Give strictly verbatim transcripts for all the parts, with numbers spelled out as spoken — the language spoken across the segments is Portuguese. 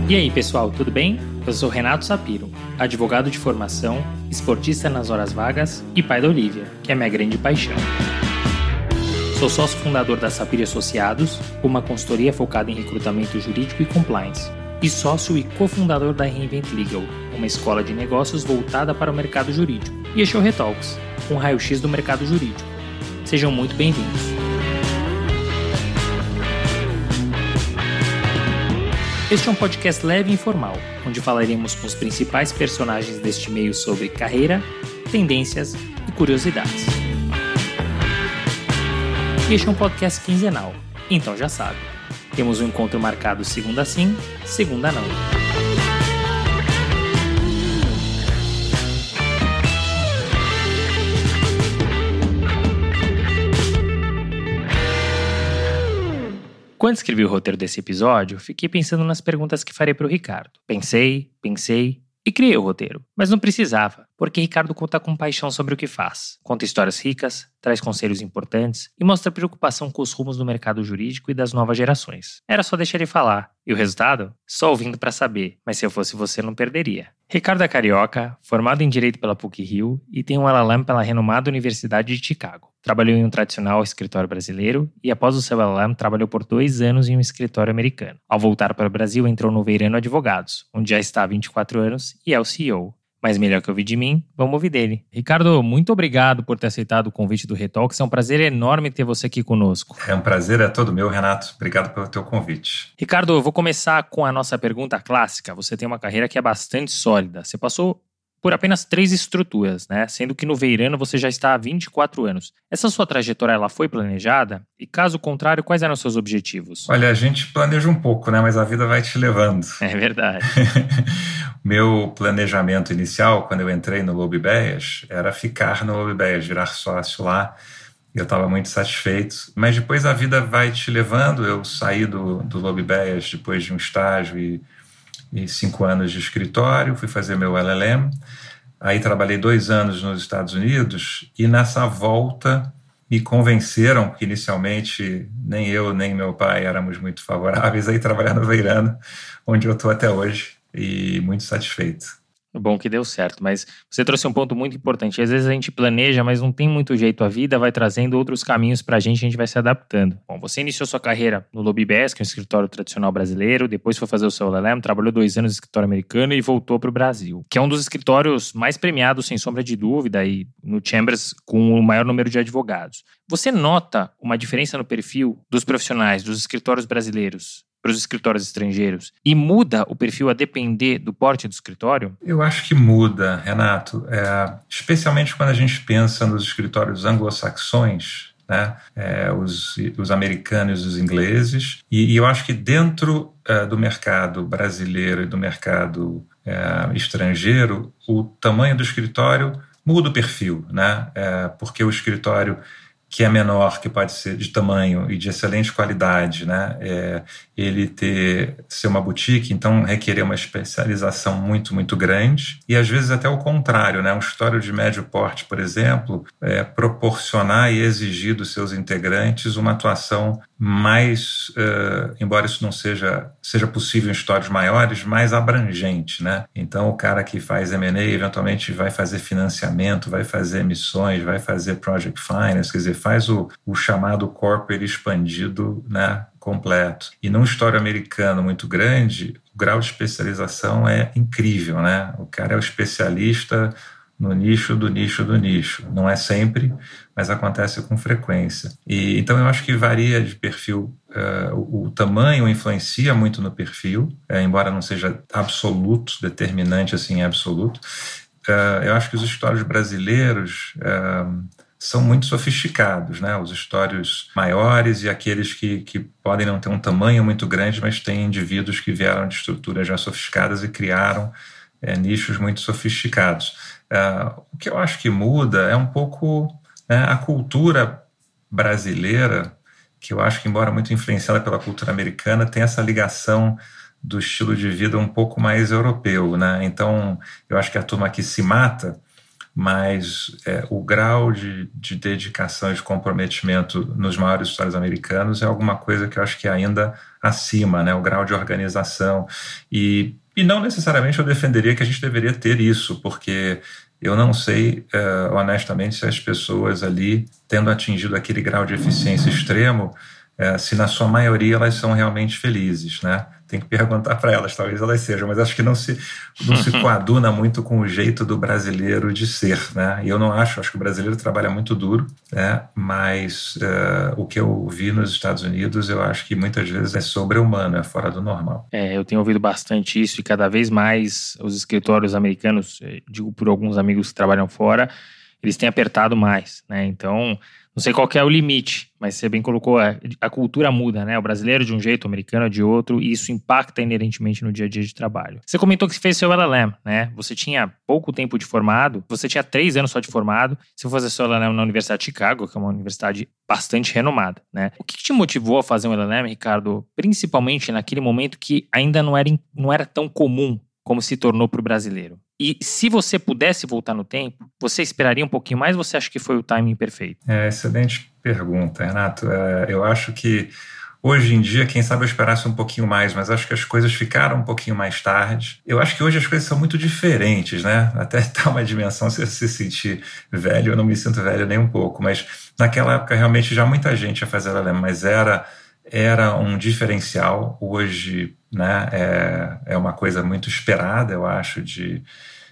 E aí, pessoal, tudo bem? Eu sou Renato Sapiro, advogado de formação, esportista nas horas vagas e pai da Olivia, que é minha grande paixão. Sou sócio fundador da Sapiro Associados, uma consultoria focada em recrutamento jurídico e compliance, e sócio e cofundador da Reinvent Legal, uma escola de negócios voltada para o mercado jurídico, e este é o Retalks, um raio-x do mercado jurídico. Sejam muito bem-vindos. Este é um podcast leve e informal, onde falaremos com os principais personagens deste meio sobre carreira, tendências e curiosidades. Este é um podcast quinzenal, então já sabe, temos um encontro marcado segunda sim, segunda não. Quando escrevi o roteiro desse episódio, fiquei pensando nas perguntas que farei para o Ricardo. Pensei, pensei e criei o roteiro. Mas não precisava, porque Ricardo conta com paixão sobre o que faz. Conta histórias ricas, traz conselhos importantes e mostra preocupação com os rumos do mercado jurídico e das novas gerações. Era só deixar ele falar. E o resultado? Só ouvindo para saber, mas se eu fosse você não perderia. Ricardo é carioca, formado em Direito pela PUC-Rio e tem um L L M pela renomada Universidade de Chicago. Trabalhou em um tradicional escritório brasileiro e, após o seu L L M, trabalhou por dois anos em um escritório americano. Ao voltar para o Brasil, entrou no Veirano Advogados, onde já está há vinte e quatro anos e é o C E O. Mas melhor que ouvir de mim, vamos ouvir dele. Ricardo, muito obrigado por ter aceitado o convite do Retalks. É um prazer enorme ter você aqui conosco. É um prazer, é todo meu, Renato. Obrigado pelo teu convite. Ricardo, eu vou começar com a nossa pergunta clássica. Você tem uma carreira que é bastante sólida. Você passou por apenas três estruturas, né? Sendo que no Veirano você já está há vinte e quatro anos. Essa sua trajetória, ela foi planejada? E caso contrário, quais eram os seus objetivos? Olha, a gente planeja um pouco, né? Mas a vida vai te levando. É verdade. Meu planejamento inicial, quando eu entrei no Lobo Ideias, era ficar no Lobo Ideias, virar sócio lá. Eu estava muito satisfeito. Mas depois a vida vai te levando. Eu saí do, do Lobo Ideias depois de um estágio e e cinco anos de escritório, fui fazer meu L L M, aí trabalhei dois anos nos Estados Unidos e nessa volta me convenceram, porque inicialmente nem eu nem meu pai éramos muito favoráveis a ir trabalhar no Veirano, onde eu estou até hoje e muito satisfeito. Bom que deu certo, mas você trouxe um ponto muito importante. Às vezes a gente planeja, mas não tem muito jeito. A vida vai trazendo outros caminhos pra gente e a gente vai se adaptando. Bom, você iniciou sua carreira no Lobo Ideias, que é um escritório tradicional brasileiro, depois foi fazer o seu L L M, trabalhou dois anos no escritório americano e voltou pro Brasil, que é um dos escritórios mais premiados, sem sombra de dúvida, e no Chambers com o maior número de advogados. Você nota uma diferença no perfil dos profissionais dos escritórios brasileiros para os escritórios estrangeiros e muda o perfil a depender do porte do escritório? Eu acho que muda, Renato, é, especialmente quando a gente pensa nos escritórios anglo-saxões, né, é, os, os americanos e os ingleses, e, e eu acho que dentro é, do mercado brasileiro e do mercado é, estrangeiro, o tamanho do escritório muda o perfil, né, é, porque o escritório que é menor, que pode ser de tamanho e de excelente qualidade, né? É, ele ter, ser uma boutique, então requerer uma especialização muito, muito grande, e às vezes até o contrário, né? Um escritório de médio porte, por exemplo, é, proporcionar e exigir dos seus integrantes uma atuação mais, uh, embora isso não seja, seja possível em escritórios maiores, mais abrangente, né? Então o cara que faz M and A eventualmente vai fazer financiamento, vai fazer emissões, vai fazer project finance, quer dizer, faz o, o chamado corporate expandido, né, completo. E num escritório americano muito grande, o grau de especialização é incrível, né? O cara é o especialista no nicho do nicho do nicho. Não é sempre, mas acontece com frequência. E, então eu acho que varia de perfil. Uh, o, o tamanho influencia muito no perfil, uh, embora não seja absoluto, determinante assim, absoluto. Uh, eu acho que os escritórios brasileiros uh, são muito sofisticados, né? Os escritórios maiores e aqueles que, que podem não ter um tamanho muito grande, mas têm indivíduos que vieram de estruturas já sofisticadas e criaram é, nichos muito sofisticados. Uh, o que eu acho que muda é um pouco, né, a cultura brasileira, que eu acho que, embora muito influenciada pela cultura americana, tem essa ligação do estilo de vida um pouco mais europeu, né? Então, eu acho que a turma que se mata mas é, o grau de, de dedicação e de comprometimento nos maiores escritórios americanos é alguma coisa que eu acho que é ainda acima, né? O grau de organização. E, e não necessariamente eu defenderia que a gente deveria ter isso, porque eu não sei, uh, honestamente, se as pessoas ali, tendo atingido aquele grau de eficiência extremo, uh, se na sua maioria elas são realmente felizes, né? Tem que perguntar para elas, talvez elas sejam, mas acho que não se, não se coaduna muito com o jeito do brasileiro de ser, né? E eu não acho, acho que o brasileiro trabalha muito duro, né? Mas uh, o que eu vi nos Estados Unidos, eu acho que muitas vezes é sobre-humano, é fora do normal. É, eu tenho ouvido bastante isso e cada vez mais os escritórios americanos, digo por alguns amigos que trabalham fora, eles têm apertado mais, né? Então, não sei qual que é o limite, mas você bem colocou, a, a cultura muda, né? O brasileiro de um jeito, o americano de outro, e isso impacta inerentemente no dia a dia de trabalho. Você comentou que você fez seu L L M, né? Você tinha pouco tempo de formado, você tinha três anos só de formado, você foi fazer seu L L M na Universidade de Chicago, que é uma universidade bastante renomada, né? O que te motivou a fazer um L L M, Ricardo? Principalmente naquele momento que ainda não era, não era tão comum como se tornou para o brasileiro. E se você pudesse voltar no tempo, você esperaria um pouquinho mais ou você acha que foi o timing perfeito? É, excelente pergunta, Renato. É, eu acho que hoje em dia, quem sabe eu esperasse um pouquinho mais, mas acho que as coisas ficaram um pouquinho mais tarde. Eu acho que hoje as coisas são muito diferentes, né? Até tá uma dimensão, se você se sentir velho, eu não me sinto velho nem um pouco, mas naquela época realmente já muita gente ia fazer L L M, mas era... era um diferencial. Hoje, né, é, é uma coisa muito esperada, eu acho, de,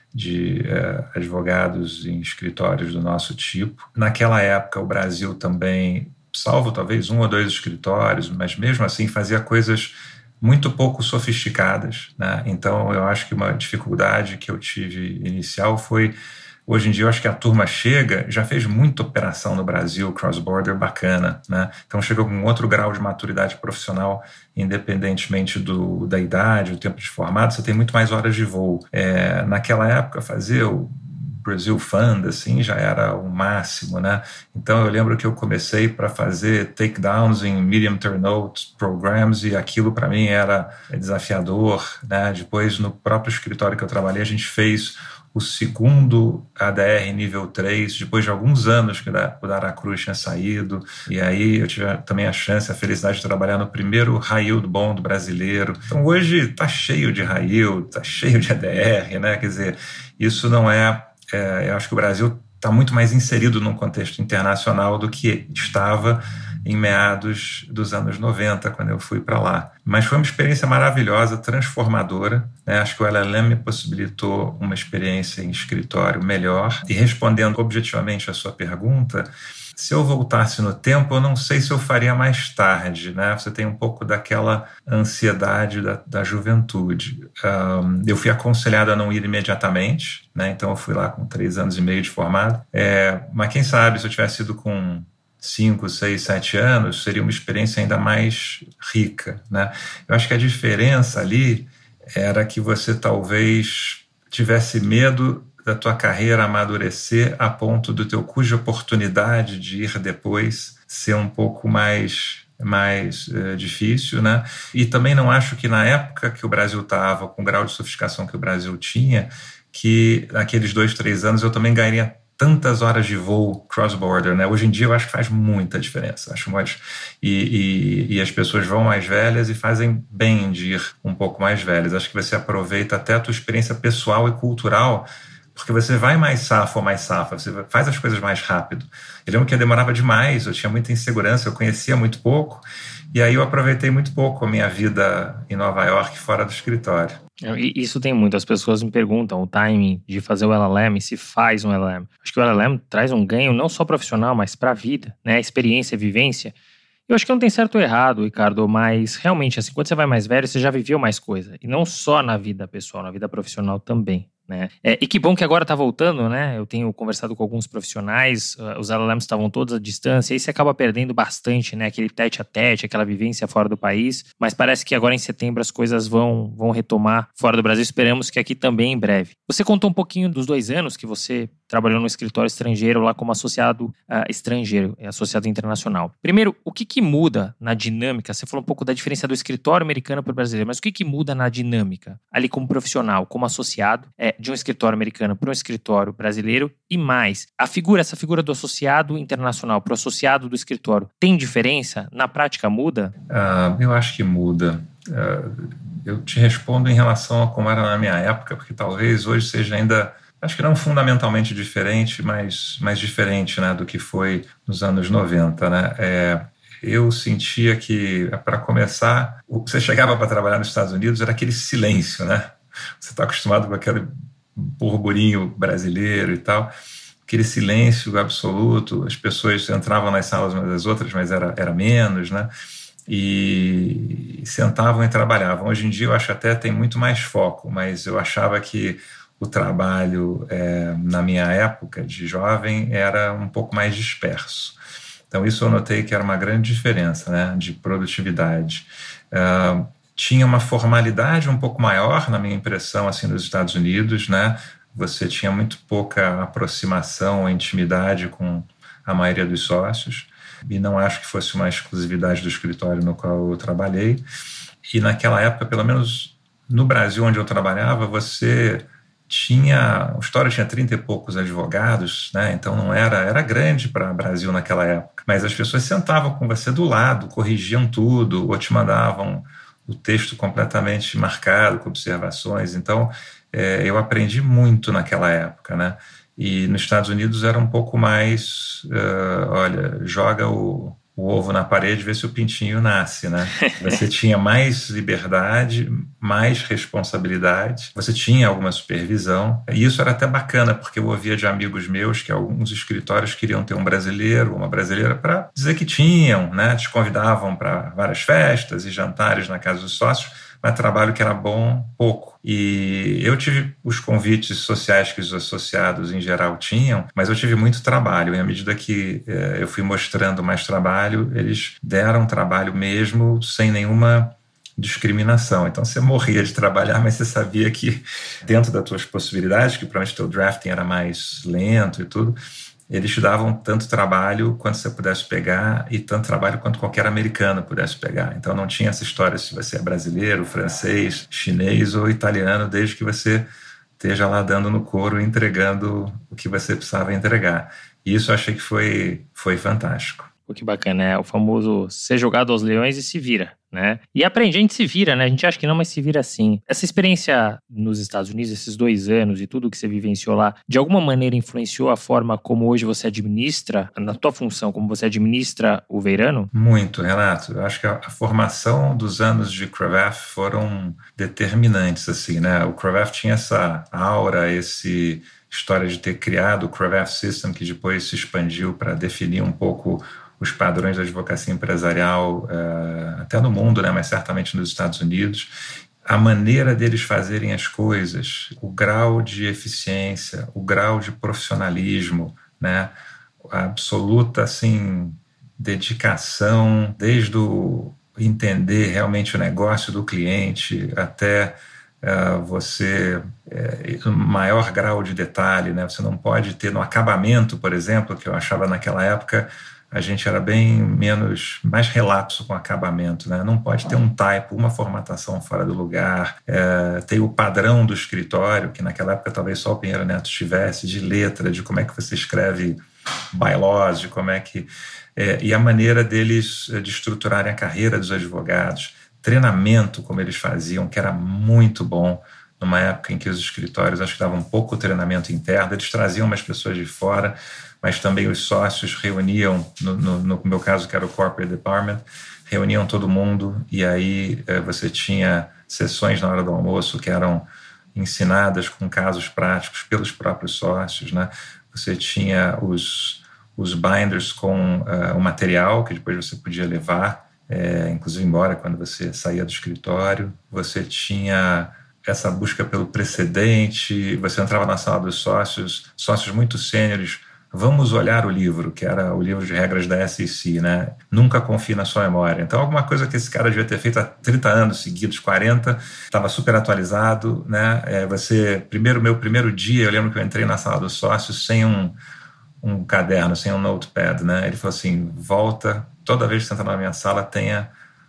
de é, advogados em escritórios do nosso tipo. Naquela época, o Brasil também, salvo talvez um ou dois escritórios, mas mesmo assim fazia coisas muito pouco sofisticadas, né? Então, eu acho que uma dificuldade que eu tive inicial foi... Hoje em dia, eu acho que a turma chega, já fez muita operação no Brasil, cross-border, bacana, né? Então, chega com outro grau de maturidade profissional, independentemente do, da idade, do tempo de formado, você tem muito mais horas de voo. É, naquela época, fazer o Brasil Fund, assim, já era o máximo, né? Então, eu lembro que eu comecei para fazer takedowns em medium turnout programs e aquilo, para mim, era desafiador, né? Depois, no próprio escritório que eu trabalhei, a gente fez o segundo A D R nível três, depois de alguns anos que o Dara Cruz tinha saído, e aí eu tive também a chance, a felicidade de trabalhar no primeiro high yield bond brasileiro. Então hoje está cheio de high yield, está cheio de A D R, né? Quer dizer, isso não é, é eu acho que o Brasil está muito mais inserido num contexto internacional do que estava em meados dos anos noventa, quando eu fui para lá. Mas foi uma experiência maravilhosa, transformadora, né? Acho que o L L M me possibilitou uma experiência em escritório melhor. E respondendo objetivamente a sua pergunta, se eu voltasse no tempo, eu não sei se eu faria mais tarde, né? Você tem um pouco daquela ansiedade da, da juventude. Um, eu fui aconselhado a não ir imediatamente, né? Então eu fui lá com três anos e meio de formado. É, mas quem sabe se eu tivesse ido com cinco, seis, sete anos, seria uma experiência ainda mais rica, né? Eu acho que a diferença ali era que você talvez tivesse medo da tua carreira amadurecer a ponto do teu cuja oportunidade de ir depois ser um pouco mais, mais é, difícil, né? E também não acho que na época que o Brasil estava, com o grau de sofisticação que o Brasil tinha, que naqueles dois, três anos eu também ganharia tantas horas de voo cross-border, né? Hoje em dia eu acho que faz muita diferença. Acho mais... e, e, e as pessoas vão mais velhas e fazem bem de ir um pouco mais velhas. Acho que você aproveita até a tua experiência pessoal e cultural, porque você vai mais safo ou mais safa, você faz as coisas mais rápido. Eu lembro que demorava demais, eu tinha muita insegurança, eu conhecia muito pouco, e aí eu aproveitei muito pouco a minha vida em Nova York, fora do escritório. Isso tem muito, as pessoas me perguntam o timing de fazer o L L M, se faz um L L M. Acho que o L L M traz um ganho não só profissional, mas para a vida, né? Experiência, vivência. Eu acho que não tem certo ou errado, Ricardo, mas realmente, assim, quando você vai mais velho, você já viveu mais coisa. E não só na vida pessoal, na vida profissional também, né? É, e que bom que agora tá voltando, né? Eu tenho conversado com alguns profissionais, uh, os L L Ms estavam todos à distância, e aí você acaba perdendo bastante, né? Aquele tete a tete, aquela vivência fora do país. Mas parece que agora em setembro as coisas vão, vão retomar fora do Brasil. Esperamos que aqui também em breve. Você contou um pouquinho dos dois anos que você trabalhando no escritório estrangeiro lá como associado uh, estrangeiro, associado internacional. Primeiro, o que que muda na dinâmica? Você falou um pouco da diferença do escritório americano para o brasileiro, mas o que que muda na dinâmica ali como profissional, como associado, é, de um escritório americano para um escritório brasileiro? E mais, a figura, essa figura do associado internacional para o associado do escritório, tem diferença? Na prática muda? Uh, eu acho que muda. Uh, eu te respondo em relação a como era na minha época, porque talvez hoje seja ainda, acho que não fundamentalmente diferente, mas, mas diferente, né, do que foi nos anos noventa, né? É, eu sentia que, para começar, você chegava para trabalhar nos Estados Unidos, era aquele silêncio, né? Você está acostumado com aquele burburinho brasileiro e tal, aquele silêncio absoluto, as pessoas entravam nas salas umas das outras, mas era, era menos, né? E sentavam e trabalhavam. Hoje em dia eu acho até tem muito mais foco, mas eu achava que o trabalho, é, na minha época de jovem, era um pouco mais disperso. Então isso eu notei que era uma grande diferença, né, de produtividade. Uh, tinha uma formalidade um pouco maior, na minha impressão, assim, nos Estados Unidos, né? Você tinha muito pouca aproximação, intimidade com a maioria dos sócios, e não acho que fosse uma exclusividade do escritório no qual eu trabalhei. E naquela época, pelo menos no Brasil onde eu trabalhava, você tinha, o escritório tinha trinta e poucos advogados, né? Então não era, era grande para o Brasil naquela época, mas as pessoas sentavam com você do lado, corrigiam tudo, ou te mandavam o texto completamente marcado com observações. Então é, eu aprendi muito naquela época, né? E nos Estados Unidos era um pouco mais, uh, olha, joga o, o ovo na parede e vê se o pintinho nasce, né? Você tinha mais liberdade, mais responsabilidade, você tinha alguma supervisão, e isso era até bacana, porque eu ouvia de amigos meus que alguns escritórios queriam ter um brasileiro, uma brasileira, para dizer que tinham, né? Te convidavam para várias festas e jantares na casa dos sócios, mas trabalho que era bom, pouco. E eu tive os convites sociais que os associados em geral tinham, mas eu tive muito trabalho. E à medida que eh, eu fui mostrando mais trabalho, eles deram trabalho mesmo, sem nenhuma discriminação. Então você morria de trabalhar, mas você sabia que dentro das tuas possibilidades, que provavelmente teu drafting era mais lento e tudo, eles te davam tanto trabalho quanto você pudesse pegar e tanto trabalho quanto qualquer americano pudesse pegar. Então não tinha essa história se você é brasileiro, francês, chinês ou italiano, desde que você esteja lá dando no couro e entregando o que você precisava entregar. E isso eu achei que foi, foi fantástico. Pô, que bacana, é o famoso ser jogado aos leões e se vira, né? E aprende, a gente se vira, né? A gente acha que não, mas se vira sim. Essa experiência nos Estados Unidos, esses dois anos e tudo que você vivenciou lá, de alguma maneira influenciou a forma como hoje você administra, na tua função, como você administra o Veyrano? Muito, Renato. Eu acho que a, a formação dos anos de Cravath foram determinantes, assim, né? O Cravath tinha essa aura, esse história de ter criado o Cravath System, que depois se expandiu para definir um pouco os padrões da advocacia empresarial, uh, até no mundo, né, mas certamente nos Estados Unidos. A maneira deles fazerem as coisas, o grau de eficiência, o grau de profissionalismo, né, a absoluta assim, dedicação, desde o entender realmente o negócio do cliente até uh, você, uh, maior grau de detalhe, né, você não pode ter no acabamento, por exemplo, que eu achava naquela época, a gente era bem menos, mais relapso com acabamento, né? Não pode ter um typo, uma formatação fora do lugar, é, tem o padrão do escritório, que naquela época talvez só o Pinheiro Neto tivesse, de letra, de como é que você escreve bylaws, de como é que... É, e a maneira deles de estruturarem a carreira dos advogados, treinamento como eles faziam, que era muito bom, numa época em que os escritórios acho que davam um pouco treinamento interno, eles traziam umas pessoas de fora, mas também os sócios reuniam, no, no, no meu caso que era o Corporate Department, reuniam todo mundo e aí eh, você tinha sessões na hora do almoço que eram ensinadas com casos práticos pelos próprios sócios, né? Você tinha os, os binders com uh, o material que depois você podia levar, é, inclusive embora quando você saía do escritório. Você tinha essa busca pelo precedente, você entrava na sala dos sócios, sócios muito sêniores, vamos olhar o livro, que era o livro de regras da S E C, né? Nunca confie na sua memória. Então, alguma coisa que esse cara devia ter feito há trinta anos seguidos, quarenta, estava super atualizado, né? É, você, primeiro, meu primeiro dia, eu lembro que eu entrei na sala dos sócios sem um, um caderno, sem um notepad, né? Ele falou assim, volta, toda vez que você entra na minha sala, tenha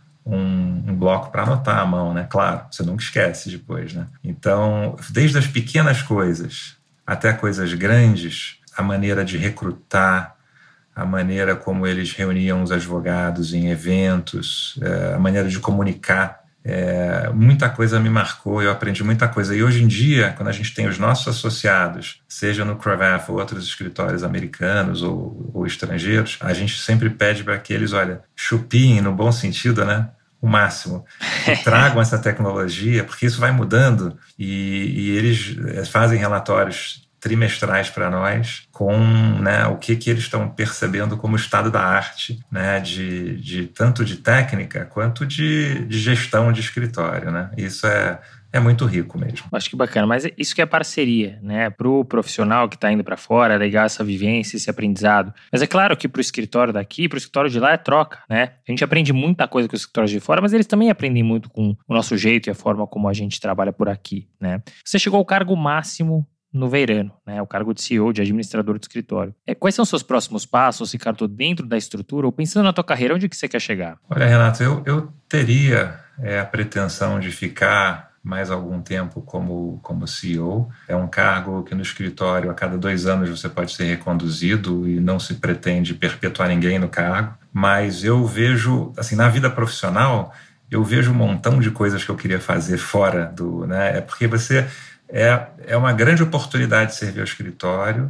um, um bloco para anotar à mão, né? Claro, você nunca esquece depois, né? Então, desde as pequenas coisas até coisas grandes, a maneira de recrutar, a maneira como eles reuniam os advogados em eventos, a maneira de comunicar, é, muita coisa me marcou, eu aprendi muita coisa. E hoje em dia, quando a gente tem os nossos associados, seja no Cravath ou outros escritórios americanos ou, ou estrangeiros, a gente sempre pede para que eles, olha, chupiem, no bom sentido, né? O máximo, que tragam essa tecnologia, porque isso vai mudando e, e eles fazem relatórios trimestrais para nós com, né, o que, que eles estão percebendo como estado da arte, né, de, de, tanto de técnica quanto de, de gestão de escritório. Né? Isso é, é muito rico mesmo. Acho que bacana, mas isso que é parceria, né? Para o profissional que está indo para fora, é legal essa vivência, esse aprendizado. Mas é claro que para o escritório daqui, para o escritório de lá é troca, né? A gente aprende muita coisa com os escritórios de fora, mas eles também aprendem muito com o nosso jeito e a forma como a gente trabalha por aqui, né? Você chegou ao cargo máximo no Veirano, né, o cargo de C E O, de administrador do escritório. É, quais são os seus próximos passos, Ricardo, dentro da estrutura ou pensando na tua carreira, onde que você quer chegar? Olha, Renato, eu, eu teria é, a pretensão de ficar mais algum tempo como, como C E O. É um cargo que no escritório, a cada dois anos, você pode ser reconduzido e não se pretende perpetuar ninguém no cargo. Mas eu vejo, assim, na vida profissional, eu vejo um montão de coisas que eu queria fazer fora do... Né, é porque você... É, é uma grande oportunidade de servir ao escritório,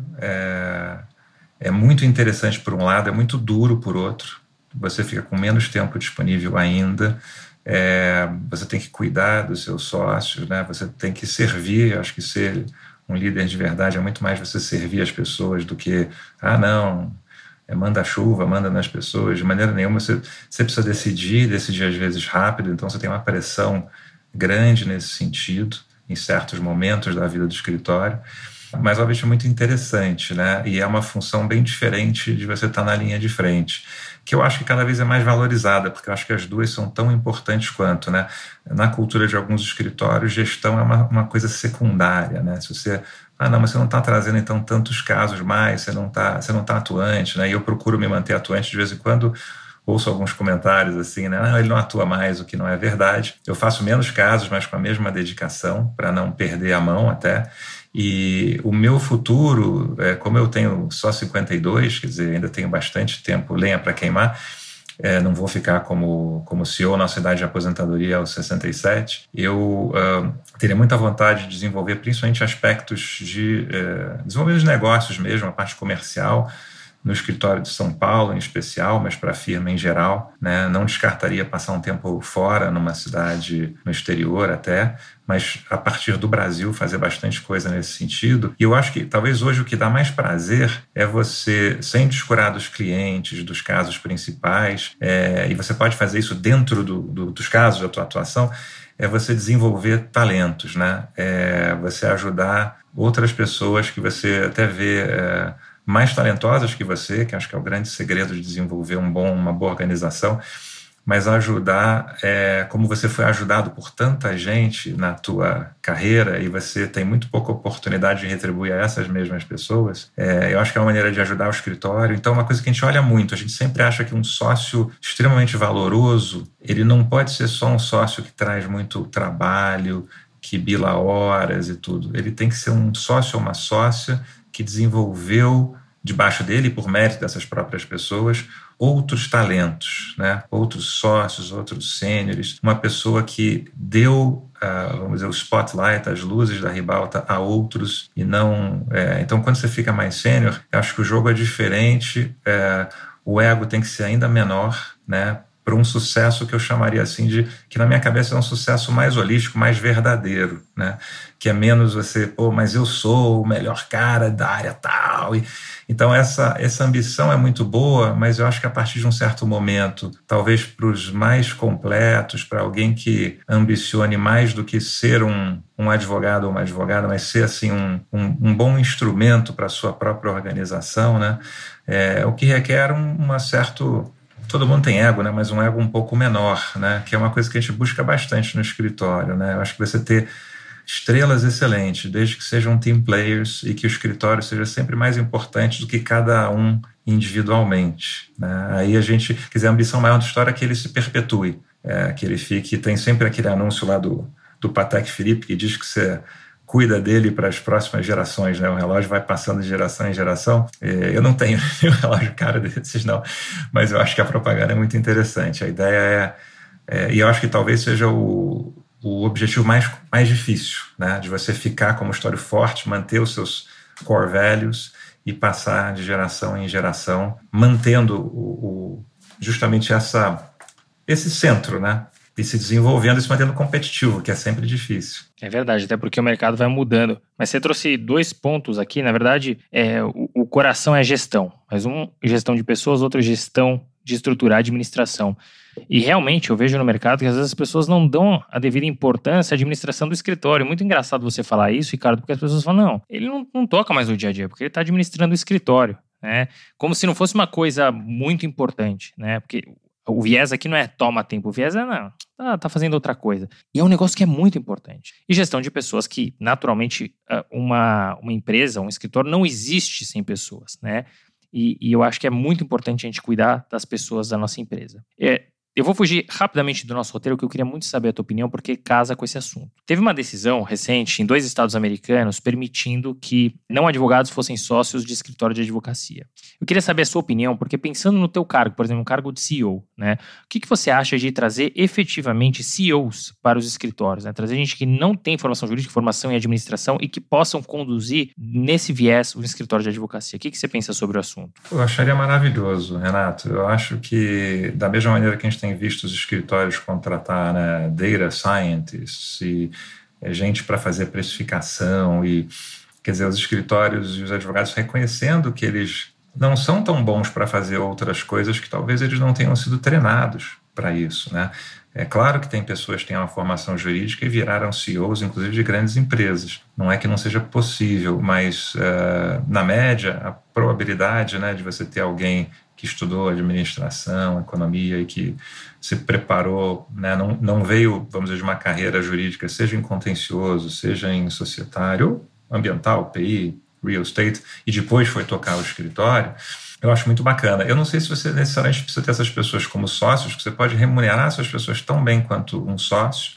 é, é muito interessante por um lado, é muito duro por outro, você fica com menos tempo disponível ainda, é, você tem que cuidar dos seus sócios, né? Você tem que servir, acho que ser um líder de verdade é muito mais você servir as pessoas do que, ah não, é, manda chuva, manda nas pessoas, de maneira nenhuma, você, você precisa decidir, decidir às vezes rápido, então você tem uma pressão grande nesse sentido, em certos momentos da vida do escritório, mas obviamente é muito interessante, né? E é uma função bem diferente de você estar na linha de frente, que eu acho que cada vez é mais valorizada, porque eu acho que as duas são tão importantes quanto, né? Na cultura de alguns escritórios, gestão é uma, uma coisa secundária, né? Se você, ah não, mas você não está trazendo então tantos casos mais, você não está você não tá atuante, né? E eu procuro me manter atuante de vez em quando. Ouço alguns comentários assim, né? Não, ele não atua mais, o que não é verdade. Eu faço menos casos, mas com a mesma dedicação, para não perder a mão até. E o meu futuro, é, como eu tenho só cinquenta e dois, quer dizer, ainda tenho bastante tempo, lenha para queimar, é, não vou ficar como, como C E O, nossa idade de aposentadoria aos sessenta e sete, eu uh, teria muita vontade de desenvolver principalmente aspectos de uh, desenvolver os negócios mesmo, a parte comercial, no escritório de São Paulo em especial, mas para a firma em geral, né? Não descartaria passar um tempo fora, numa cidade no exterior até, mas a partir do Brasil fazer bastante coisa nesse sentido. E eu acho que talvez hoje o que dá mais prazer é você, sem descurar dos clientes, dos casos principais, é, e você pode fazer isso dentro do, do, dos casos da tua atuação, é você desenvolver talentos, né? É você ajudar outras pessoas que você até vê... É, mais talentosas que você, que acho que é o grande segredo de desenvolver um bom, uma boa organização, mas ajudar, é, como você foi ajudado por tanta gente na tua carreira e você tem muito pouca oportunidade de retribuir a essas mesmas pessoas, é, eu acho que é uma maneira de ajudar o escritório. Então, uma coisa que a gente olha muito, a gente sempre acha que um sócio extremamente valoroso, ele não pode ser só um sócio que traz muito trabalho, que bila horas e tudo. Ele tem que ser um sócio ou uma sócia que desenvolveu, debaixo dele, por mérito dessas próprias pessoas, outros talentos, né? Outros sócios, outros sêniores, uma pessoa que deu, uh, vamos dizer, o spotlight, as luzes da ribalta a outros e não... É, então, quando você fica mais sênior, eu acho que o jogo é diferente, é, o ego tem que ser ainda menor, né? para um sucesso que eu chamaria assim de, que na minha cabeça é um sucesso mais holístico, mais verdadeiro, né? Que é menos você, pô, mas eu sou o melhor cara da área tal. E, então essa, essa ambição é muito boa, mas eu acho que a partir de um certo momento, talvez para os mais completos, para alguém que ambicione mais do que ser um, um advogado ou uma advogada, mas ser assim um, um, um bom instrumento para a sua própria organização, né? É, o que requer um, um certo... Todo mundo tem ego, né? Mas um ego um pouco menor, né? Que é uma coisa que a gente busca bastante no escritório, né? Eu acho que você ter estrelas excelentes, desde que sejam team players e que o escritório seja sempre mais importante do que cada um individualmente, né? Aí a gente, quer dizer, a ambição maior da história é que ele se perpetue, é, que ele fique... Tem sempre aquele anúncio lá do, do Patek Philippe que diz que você cuida dele para as próximas gerações, né? O relógio vai passando de geração em geração. Eu não tenho nenhum relógio cara desses, não, mas eu acho que a propaganda é muito interessante. A ideia é... é e eu acho que talvez seja o, o objetivo mais, mais difícil, né? De você ficar como história forte, manter os seus core values e passar de geração em geração, mantendo o, o, justamente essa, esse centro, né? E se desenvolvendo e se mantendo competitivo, que é sempre difícil. É verdade, até porque o mercado vai mudando. Mas você trouxe dois pontos aqui. Na verdade, é, o, o coração é gestão. Mas um, gestão de pessoas, outro gestão de estruturar a administração. E realmente eu vejo no mercado que às vezes as pessoas não dão a devida importância à administração do escritório. Muito engraçado você falar isso, Ricardo, porque as pessoas falam, não, ele não, não toca mais no dia a dia, porque ele está administrando o escritório, né? Como se não fosse uma coisa muito importante, né? Porque o viés aqui não é toma tempo, o viés é não, tá, tá fazendo outra coisa. E é um negócio que é muito importante. E gestão de pessoas que, naturalmente, uma, uma empresa, um escritório não existe sem pessoas, né? E, e eu acho que é muito importante a gente cuidar das pessoas da nossa empresa. É, eu vou fugir rapidamente do nosso roteiro, que eu queria muito saber a tua opinião, porque casa com esse assunto. Teve uma decisão recente em dois estados americanos permitindo que não advogados fossem sócios de escritório de advocacia. Eu queria saber a sua opinião, porque pensando no teu cargo, por exemplo, um cargo de C E O, né? O que, que você acha de trazer efetivamente C E Os para os escritórios, né? Trazer gente que não tem formação jurídica, formação em administração e que possam conduzir nesse viés o escritório de advocacia. O que, que você pensa sobre o assunto? Eu acharia maravilhoso, Renato. Eu acho que, da mesma maneira que a gente tem visto os escritórios contratar, né, data scientists e é, gente para fazer precificação e, quer dizer, os escritórios e os advogados reconhecendo que eles não são tão bons para fazer outras coisas, que talvez eles não tenham sido treinados para isso, né? É claro que tem pessoas que têm uma formação jurídica e viraram C E Os, inclusive de grandes empresas. Não é que não seja possível, mas uh, na média a probabilidade, né, de você ter alguém que estudou administração, economia e que se preparou, né, não, não veio, vamos dizer, de uma carreira jurídica, seja em contencioso, seja em societário, ambiental, P I, real estate, e depois foi tocar o escritório, eu acho muito bacana. Eu não sei se você necessariamente precisa ter essas pessoas como sócios, que você pode remunerar essas pessoas tão bem quanto um sócio.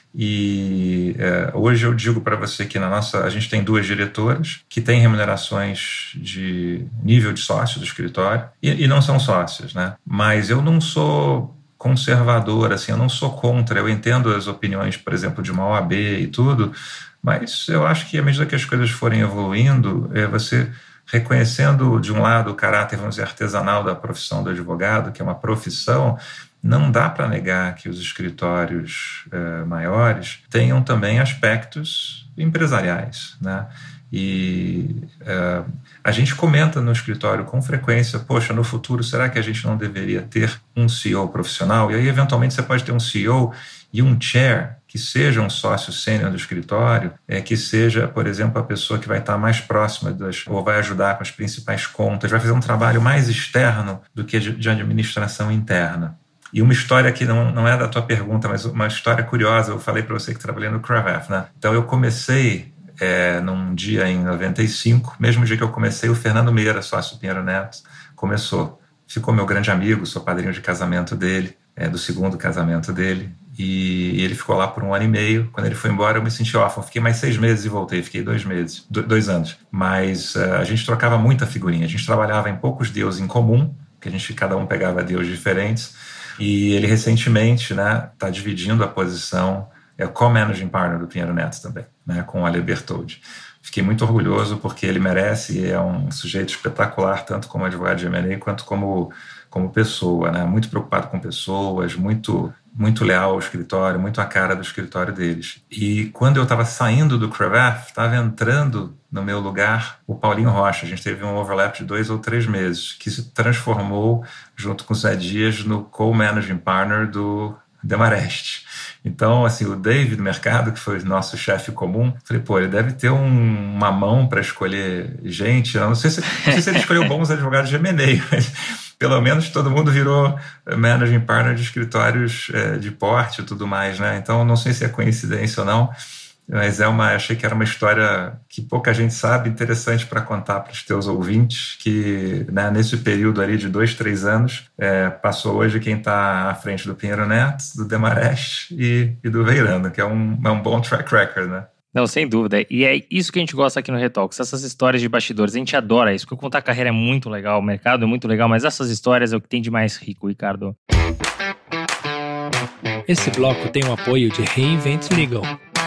E é, hoje eu digo para você que na nossa, a gente tem duas diretoras que têm remunerações de nível de sócio do escritório e, e não são sócios, né? Mas eu não sou conservador, assim, eu não sou contra, eu entendo as opiniões, por exemplo, de uma O A B e tudo, mas eu acho que à medida que as coisas forem evoluindo, é, você reconhecendo de um lado o caráter, vamos dizer, artesanal da profissão do advogado, que é uma profissão, não dá para negar que os escritórios eh, maiores tenham também aspectos empresariais, né? E eh, a gente comenta no escritório com frequência, poxa, no futuro, será que a gente não deveria ter um C E O profissional? E aí, eventualmente, você pode ter um C E O e um chair que seja um sócio sênior do escritório, é, que seja, por exemplo, a pessoa que vai estar mais próxima das, ou vai ajudar com as principais contas, vai fazer um trabalho mais externo do que de, de administração interna. E uma história que não, não é da tua pergunta, mas uma história curiosa, eu falei para você que trabalhei no Cravath, né? Então eu comecei é, num dia em noventa e cinco, mesmo dia que eu comecei, o Fernando Meira, sócio do Pinheiro Neto, começou. Ficou meu grande amigo, sou padrinho de casamento dele, é, do segundo casamento dele, e ele ficou lá por um ano e meio. Quando ele foi embora eu me senti órfão, fiquei mais seis meses e voltei, fiquei dois meses, dois anos. Mas uh, a gente trocava muita figurinha, a gente trabalhava em poucos deals em comum, que a gente, cada um pegava deals diferentes, e ele recentemente, né, está dividindo a posição, é o co-managing partner do Pinheiro Neto também, né, com o Ale Bertoldi. Fiquei muito orgulhoso porque ele merece e é um sujeito espetacular, tanto como advogado de M and A quanto como como pessoa, né? Muito preocupado com pessoas, muito, muito leal ao escritório, muito a cara do escritório deles. E quando eu estava saindo do Cravath, estava entrando no meu lugar o Paulinho Rocha. A gente teve um overlap de dois ou três meses, que se transformou, junto com o Zé Dias, no co-managing partner do Demarest. Então, assim, o David Mercado, que foi nosso chefe comum, falei, pô, ele deve ter um, uma mão para escolher gente. Eu não sei se, não sei se ele escolheu bons advogados de M and A, mas pelo menos todo mundo virou managing partner de escritórios é, de porte e tudo mais, né? Então, não sei se é coincidência ou não, mas é uma, achei que era uma história que pouca gente sabe, interessante para contar para os teus ouvintes, que, né, nesse período ali de dois, três anos, é, passou hoje quem está à frente do Pinheiro Neto, do Demarest e, e do Veirano, que é um, é um bom track record, né? Não, sem dúvida. E é isso que a gente gosta aqui no Retalks, essas histórias de bastidores. A gente adora isso, porque contar a carreira é muito legal, o mercado é muito legal, mas essas histórias é o que tem de mais rico, Ricardo. Esse bloco tem o apoio de Reinvent Legal.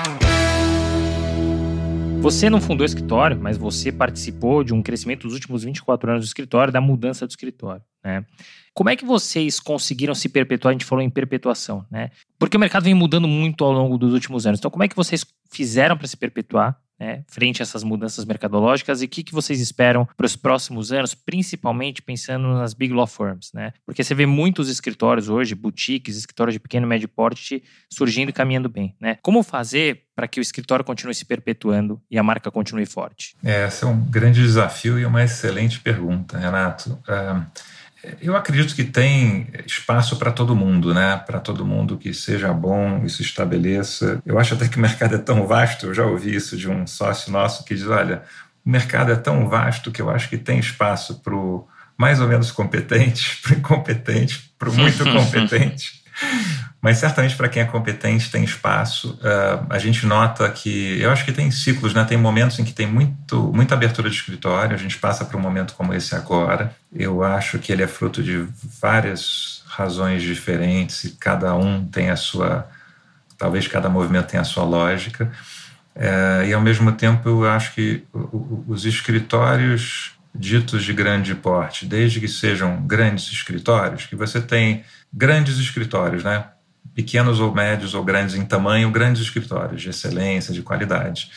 Você não fundou o escritório, mas você participou de um crescimento dos últimos vinte e quatro anos do escritório, da mudança do escritório, né? Como é que vocês conseguiram se perpetuar? A gente falou em perpetuação, né? Porque o mercado vem mudando muito ao longo dos últimos anos. Então, como é que vocês fizeram para se perpetuar, né, frente a essas mudanças mercadológicas, e o que, que vocês esperam para os próximos anos, principalmente pensando nas big law firms, né? Porque você vê muitos escritórios hoje, boutiques, escritórios de pequeno e médio porte surgindo e caminhando bem, né? Como fazer para que o escritório continue se perpetuando e a marca continue forte? É, esse é um grande desafio e uma excelente pergunta, Renato. Uh, Eu acredito que tem espaço para todo mundo, né? Para todo mundo que seja bom e se estabeleça. Eu acho até que o mercado é tão vasto, eu já ouvi isso de um sócio nosso que diz, olha, o mercado é tão vasto que eu acho que tem espaço para o mais ou menos competente, para o incompetente, para o muito competente. Mas certamente para quem é competente tem espaço. Uh, a gente nota que, eu acho que tem ciclos, né? Tem momentos em que tem muito, muita abertura de escritório, a gente passa por um momento como esse agora. Eu acho que ele é fruto de várias razões diferentes e cada um tem a sua, talvez cada movimento tenha a sua lógica. Uh, e ao mesmo tempo eu acho que os escritórios ditos de grande porte, desde que sejam grandes escritórios, que você tem grandes escritórios, né? Pequenos ou médios ou grandes em tamanho, grandes escritórios de excelência, de qualidade.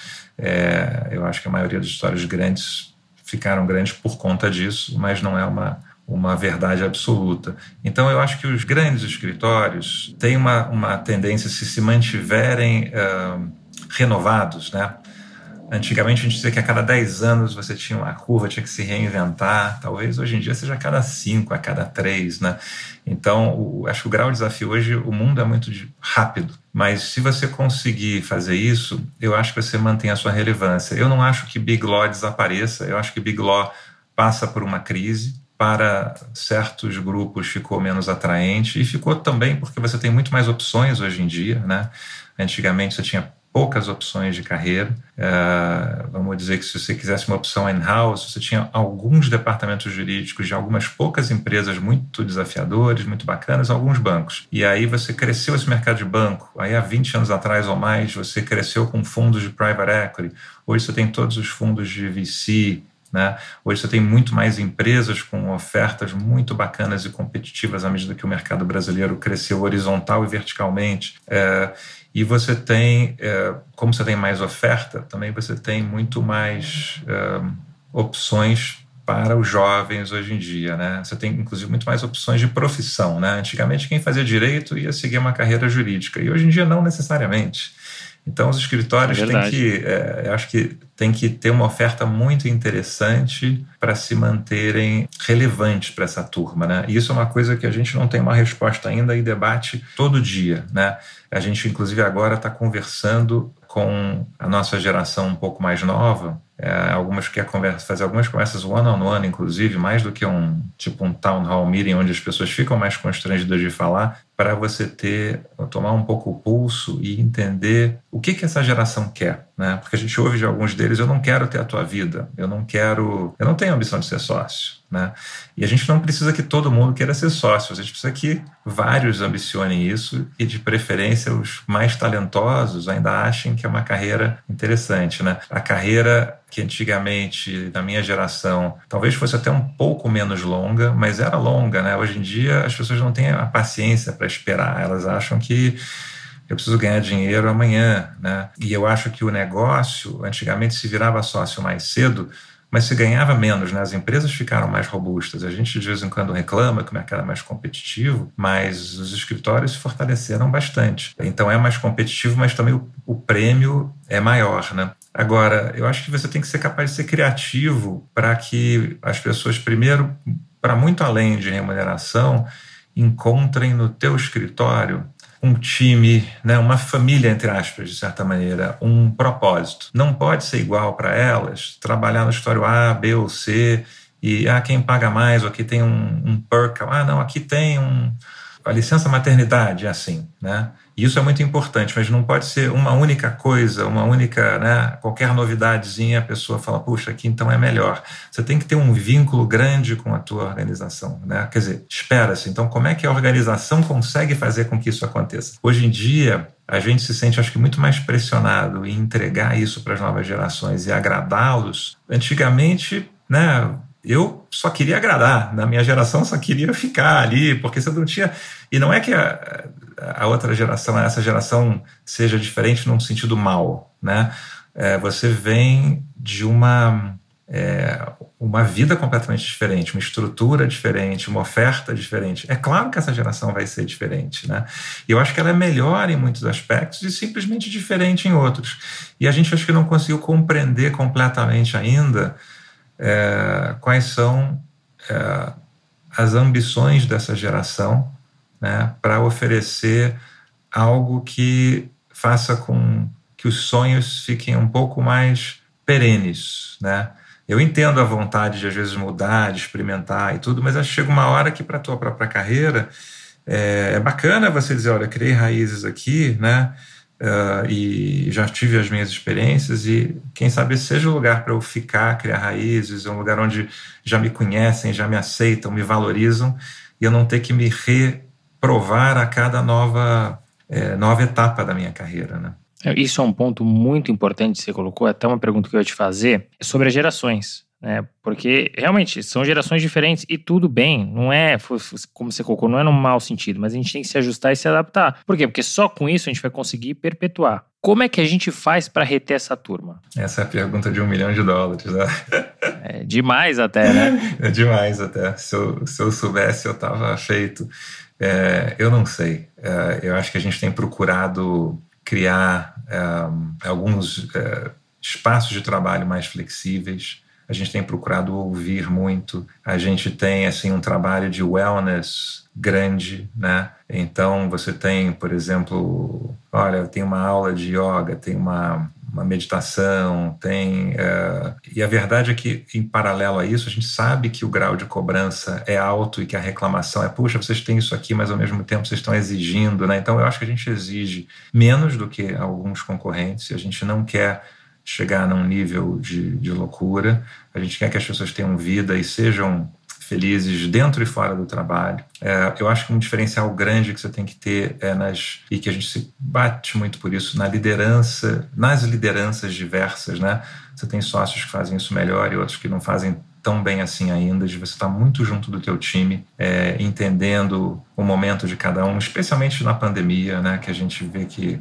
É, eu acho que a maioria dos escritórios grandes ficaram grandes por conta disso, mas não é uma, uma verdade absoluta. Então, eu acho que os grandes escritórios têm uma, uma tendência, se se mantiverem uh, renovados, né? Antigamente a gente dizia que a cada dez anos você tinha uma curva, tinha que se reinventar. Talvez hoje em dia seja a cada cinco, a cada três, né? Então, o, acho que o grau de desafio hoje, o mundo é muito de, rápido. Mas se você conseguir fazer isso, eu acho que você mantém a sua relevância. Eu não acho que Big Law desapareça. Eu acho que Big Law passa por uma crise. Para certos grupos ficou menos atraente. E ficou também porque você tem muito mais opções hoje em dia, né? Antigamente você tinha poucas opções de carreira. Uh, vamos dizer que se você quisesse uma opção in-house, você tinha alguns departamentos jurídicos de algumas poucas empresas muito desafiadores, muito bacanas, alguns bancos. E aí você cresceu esse mercado de banco. Aí há vinte anos atrás ou mais, você cresceu com fundos de private equity. Hoje você tem todos os fundos de V C, né? Hoje você tem muito mais empresas com ofertas muito bacanas e competitivas à medida que o mercado brasileiro cresceu horizontal e verticalmente. É, E você tem, é, como você tem mais oferta, também você tem muito mais é, opções para os jovens hoje em dia, né? Você tem, inclusive, muito mais opções de profissão, né? Antigamente, quem fazia direito ia seguir uma carreira jurídica, e hoje em dia não necessariamente. Então, os escritórios é têm que, é, eu acho que tem que ter uma oferta muito interessante para se manterem relevantes para essa turma, né? E isso é uma coisa que a gente não tem uma resposta ainda e debate todo dia, né? A gente, inclusive, agora está conversando com a nossa geração um pouco mais nova, é, algumas quer conversa, fazer algumas conversas one-on-one, inclusive, mais do que um tipo um town hall meeting, onde as pessoas ficam mais constrangidas de falar, para você ter, tomar um pouco o pulso e entender o que que essa geração quer, né? Porque a gente ouve de alguns deles: eu não quero ter a tua vida, eu não quero, eu não tenho ambição de ser sócio, né? E a gente não precisa que todo mundo queira ser sócio, a gente precisa que vários ambicionem isso e, de preferência, os mais talentosos ainda achem que é uma carreira interessante, né? A carreira que antigamente, na minha geração, talvez fosse até um pouco menos longa, mas era longa, né? Hoje em dia as pessoas não têm a paciência para esperar, elas acham que eu preciso ganhar dinheiro amanhã, né? E eu acho que o negócio, antigamente se virava sócio mais cedo, mas se ganhava menos, né? As empresas ficaram mais robustas. A gente de vez em quando reclama que o mercado é mais competitivo, mas os escritórios se fortaleceram bastante. Então é mais competitivo, mas também o, o prêmio é maior, né? Agora, eu acho que você tem que ser capaz de ser criativo para que as pessoas, primeiro, para muito além de remuneração, encontrem no teu escritório um time, né, uma família, entre aspas, de certa maneira, um propósito. Não pode ser igual para elas trabalhar no escritório A, B ou C e ah, quem paga mais, ou aqui tem um, um perk, ah, não, aqui tem um, a licença maternidade, é assim, né? E isso é muito importante, mas não pode ser uma única coisa, uma única, né, qualquer novidadezinha a pessoa fala, puxa, aqui então é melhor. Você tem que ter um vínculo grande com a tua organização, né? Quer dizer, espera-se. Então, como é que a organização consegue fazer com que isso aconteça? Hoje em dia, a gente se sente, acho que, muito mais pressionado em entregar isso para as novas gerações e agradá-los. Antigamente, né, eu só queria agradar, na minha geração só queria ficar ali, porque você não tinha... E não é que a, a outra geração, essa geração seja diferente num sentido mal, né? É, você vem de uma, é, uma vida completamente diferente, uma estrutura diferente, uma oferta diferente. É claro que essa geração vai ser diferente, né? E eu acho que ela é melhor em muitos aspectos e simplesmente diferente em outros. E a gente acho que não conseguiu compreender completamente ainda É, quais são é, as ambições dessa geração, né, para oferecer algo que faça com que os sonhos fiquem um pouco mais perenes, né? Eu entendo a vontade de às vezes mudar, de experimentar e tudo, mas acho que chega uma hora que para a tua própria carreira é, é bacana você dizer, olha, criei raízes aqui, né? Uh, e já tive as minhas experiências e quem sabe esse seja o lugar para eu ficar, criar raízes, é um lugar onde já me conhecem, já me aceitam, me valorizam e eu não ter que me reprovar a cada nova, é, nova etapa da minha carreira, né? Isso é um ponto muito importante que você colocou, até uma pergunta que eu ia te fazer, é sobre as gerações. Né? Porque realmente são gerações diferentes e tudo bem, não é, como você colocou, não é no mau sentido, mas a gente tem que se ajustar e se adaptar. Por quê? Porque só com isso a gente vai conseguir perpetuar. Como é que a gente faz para reter essa turma? Essa é a pergunta de um milhão de dólares, né? É demais até, né? É demais até. Se eu, se eu soubesse, eu estava feito. É, eu não sei. É, eu acho que a gente tem procurado criar é, alguns é, espaços de trabalho mais flexíveis. A gente tem procurado ouvir muito. A gente tem assim um trabalho de wellness grande, né? Então você tem, por exemplo, olha, tem uma aula de yoga, tem uma, uma meditação, tem... Uh, e a verdade é que, em paralelo a isso, a gente sabe que o grau de cobrança é alto e que a reclamação é, puxa, vocês têm isso aqui, mas ao mesmo tempo vocês estão exigindo, né? Então eu acho que a gente exige menos do que alguns concorrentes e a gente não quer chegar num nível de, de loucura. A gente quer que as pessoas tenham vida e sejam felizes dentro e fora do trabalho. É, eu acho que um diferencial grande que você tem que ter é nas, e que a gente se bate muito por isso, na liderança, nas lideranças diversas, né? Você tem sócios que fazem isso melhor e outros que não fazem tão bem assim ainda, de você estar muito junto do teu time, é, entendendo o momento de cada um, especialmente na pandemia, né? Que a gente vê que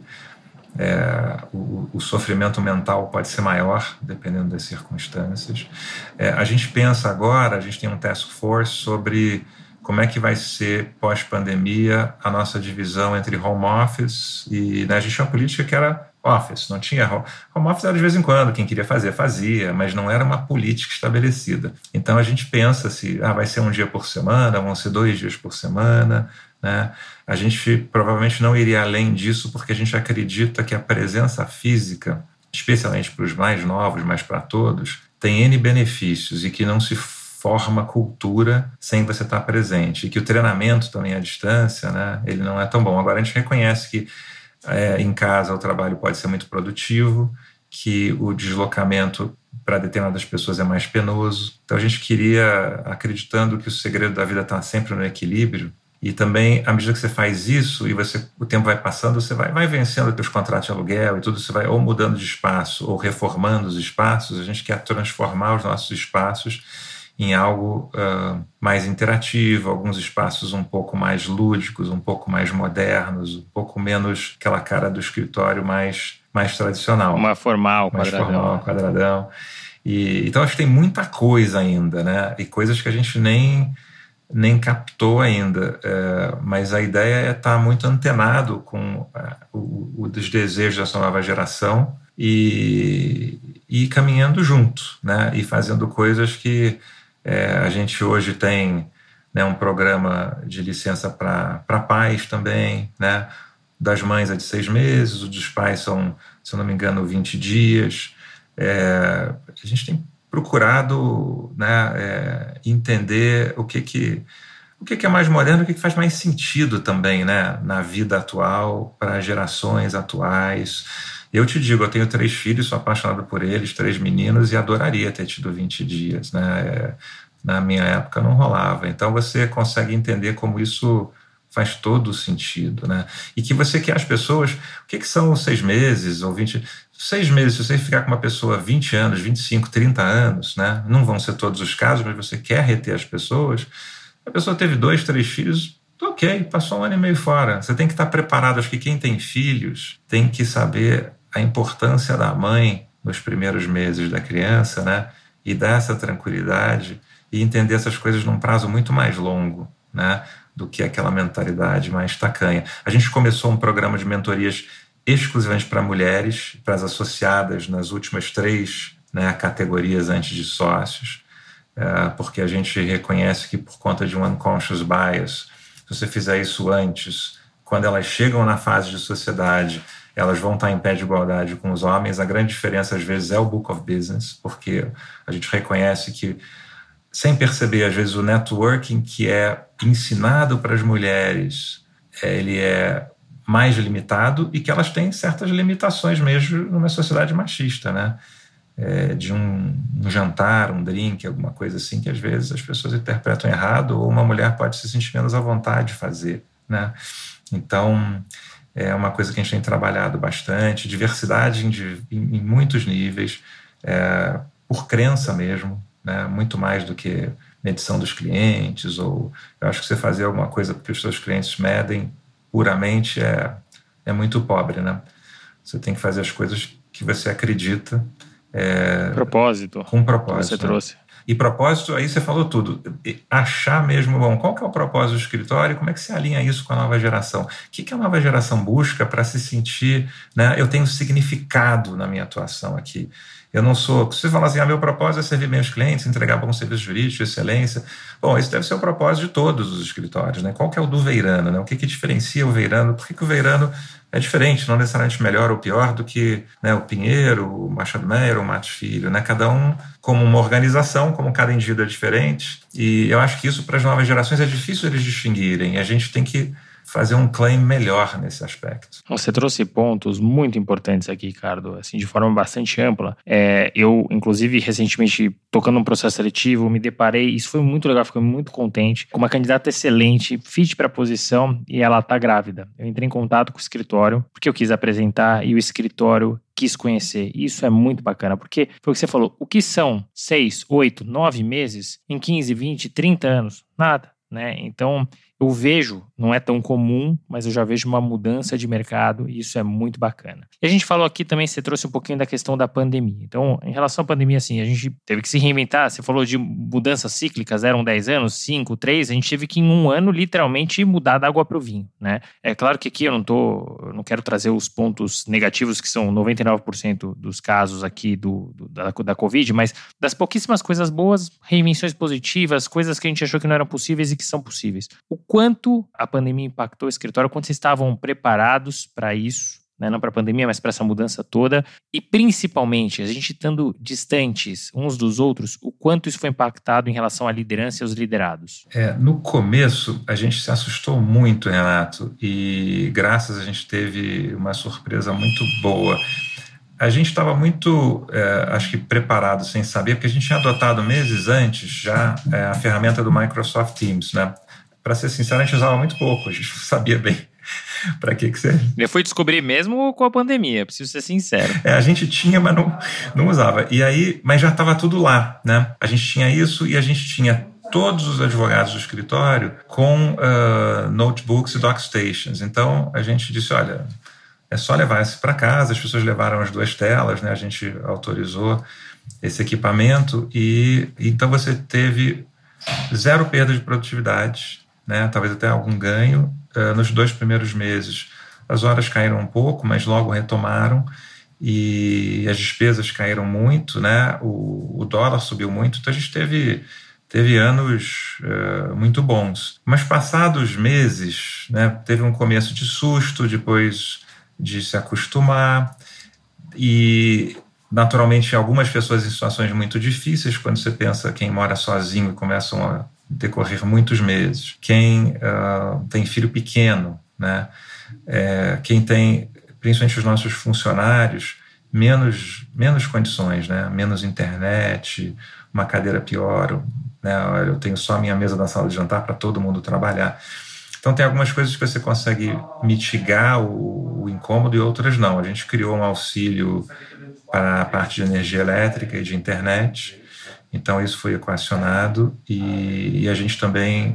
É, o, o sofrimento mental pode ser maior, dependendo das circunstâncias. É, a gente pensa agora, a gente tem um task force sobre como é que vai ser pós-pandemia a nossa divisão entre home office e, né, a gente tinha uma política que era office, não tinha home, home office era de vez em quando, quem queria fazer, fazia, mas não era uma política estabelecida. Então a gente pensa se ah, vai ser um dia por semana, vão ser dois dias por semana, né? A gente provavelmente não iria além disso porque a gente acredita que a presença física, especialmente para os mais novos, mas para todos, tem N benefícios e que não se forma cultura sem você estar presente. E que o treinamento também à distância, né, ele não é tão bom. Agora, a gente reconhece que é, em casa o trabalho pode ser muito produtivo, que o deslocamento para determinadas pessoas é mais penoso. Então, a gente queria, acreditando que o segredo da vida está sempre no equilíbrio, e também, à medida que você faz isso e você, o tempo vai passando, você vai, vai vencendo os seus contratos de aluguel e tudo, você vai ou mudando de espaço ou reformando os espaços. A gente quer transformar os nossos espaços em algo uh, mais interativo, alguns espaços um pouco mais lúdicos, um pouco mais modernos, um pouco menos aquela cara do escritório mais, mais tradicional. Uma formal, mais quadradão. formal, quadradão. E, então, acho que tem muita coisa ainda, né? E coisas que a gente nem... nem captou ainda, é, mas a ideia é estar muito antenado com é, o, o, os desejos dessa nova geração e, e caminhando junto, né? E fazendo coisas que é, a gente hoje tem, né, um programa de licença para pais também, né? Das mães é de seis meses, o dos pais são, se eu não me engano, vinte dias. É, a gente tem procurado, né, é, entender o que que o que que é mais moderno, o que que faz mais sentido também, né, na vida atual, para as gerações atuais. Eu te digo, eu tenho três filhos, sou apaixonado por eles, três meninos, e adoraria ter tido vinte dias, né? É, na minha época não rolava. Então você consegue entender como isso faz todo o sentido, né? E que você quer as pessoas... O que que são seis meses ou vinte... Seis meses, se você ficar com uma pessoa vinte anos, vinte e cinco, trinta anos, né? Não vão ser todos os casos, mas você quer reter as pessoas. A pessoa teve dois, três filhos, ok, passou um ano e meio fora. Você tem que estar preparado. Acho que quem tem filhos tem que saber a importância da mãe nos primeiros meses da criança, né? E dar essa tranquilidade e entender essas coisas num prazo muito mais longo, né? Do que aquela mentalidade mais tacanha. A gente começou um programa de mentorias exclusivamente para mulheres, para as associadas nas últimas três, né, categorias antes de sócios, é, porque a gente reconhece que por conta de um unconscious bias, se você fizer isso antes, quando elas chegam na fase de sociedade, elas vão estar em pé de igualdade com os homens. A grande diferença, às vezes, é o book of business, porque a gente reconhece que, sem perceber, às vezes, o networking que é ensinado para as mulheres, ele é mais limitado e que elas têm certas limitações mesmo numa sociedade machista, né? É, de um, um jantar, um drink, alguma coisa assim, que às vezes as pessoas interpretam errado, ou uma mulher pode se sentir menos à vontade de fazer, né? Então, é uma coisa que a gente tem trabalhado bastante, diversidade em, em, em muitos níveis, é, por crença mesmo, né? Muito mais do que medição dos clientes, ou eu acho que você fazer alguma coisa porque os seus clientes medem puramente é, é muito pobre, né? Você tem que fazer as coisas que você acredita. É, propósito. Com propósito. Você né? trouxe. E propósito, aí você falou tudo. Achar mesmo, bom, qual que é o propósito do escritório e como é que se alinha isso com a nova geração? O que, que a nova geração busca para se sentir, né? Eu tenho significado na minha atuação aqui. Eu não sou... Se você falar assim, ah, meu propósito é servir bem os clientes, entregar bom serviço jurídico, excelência. Bom, esse deve ser o propósito de todos os escritórios, né? Qual que é o do Veirano, né? O que que diferencia o Veirano? Por que que o Veirano é diferente, não necessariamente melhor ou pior do que, né, o Pinheiro, o Machado Meyer ou o Matos Filho, né? Cada um como uma organização, como cada indivíduo é diferente. E eu acho que isso para as novas gerações é difícil eles distinguirem. E a gente tem que fazer um claim melhor nesse aspecto. Você trouxe pontos muito importantes aqui, Ricardo, assim, de forma bastante ampla. É, eu, inclusive, recentemente, tocando um processo seletivo, me deparei, isso foi muito legal, fiquei muito contente, com uma candidata excelente, fit para a posição, e ela está grávida. Eu entrei em contato com o escritório, porque eu quis apresentar, e o escritório quis conhecer. Isso é muito bacana, porque foi o que você falou, o que são seis, oito, nove meses em quinze, vinte, trinta anos? Nada, né? Então, eu vejo, não é tão comum, mas eu já vejo uma mudança de mercado e isso é muito bacana. E a gente falou aqui também, você trouxe um pouquinho da questão da pandemia. Então, em relação à pandemia, assim, a gente teve que se reinventar. Você falou de mudanças cíclicas, eram dez anos, cinco, três, a gente teve que em um ano, literalmente, mudar da água para o vinho, né? É claro que aqui eu não tô, eu não quero trazer os pontos negativos, que são noventa e nove por cento dos casos aqui do, do, da, da Covid, mas das pouquíssimas coisas boas, reinvenções positivas, coisas que a gente achou que não eram possíveis e que são possíveis. O quanto a pandemia impactou o escritório, quanto vocês estavam preparados para isso, né? Não para a pandemia, mas para essa mudança toda. E principalmente, a gente estando distantes uns dos outros, o quanto isso foi impactado em relação à liderança e aos liderados? É, no começo, a gente se assustou muito, Renato, e graças a gente teve uma surpresa muito boa. A gente estava muito, é, acho que preparado, sem saber, porque a gente tinha adotado meses antes já é, a ferramenta do Microsoft Teams, né? Para ser sincero, a gente usava muito pouco, a gente não sabia bem para que que serve. Eu fui descobrir mesmo com a pandemia, preciso ser sincero. É, a gente tinha, mas não, não usava. E aí, mas já estava tudo lá, né? A gente tinha isso e a gente tinha todos os advogados do escritório com uh, notebooks e dockstations. Então, a gente disse, olha, é só levar esse para casa. As pessoas levaram as duas telas, né? A gente autorizou esse equipamento e então você teve zero perda de produtividade, né? Talvez até algum ganho. Uh, nos dois primeiros meses, as horas caíram um pouco, mas logo retomaram e as despesas caíram muito, né? O, o dólar subiu muito, então a gente teve, teve anos uh, muito bons. Mas passados meses, né, teve um começo de susto, depois de se acostumar e, naturalmente, algumas pessoas em situações muito difíceis, quando você pensa quem mora sozinho e começam a decorrer muitos meses, quem uh, tem filho pequeno, né? É, quem tem, principalmente os nossos funcionários, menos, menos condições, né? Menos internet, uma cadeira pior, né? Eu tenho só a minha mesa da sala de jantar para todo mundo trabalhar. Então tem algumas coisas que você consegue mitigar o, o incômodo e outras não. A gente criou um auxílio para a parte de energia elétrica e de internet. Então, isso foi equacionado e, e a gente também,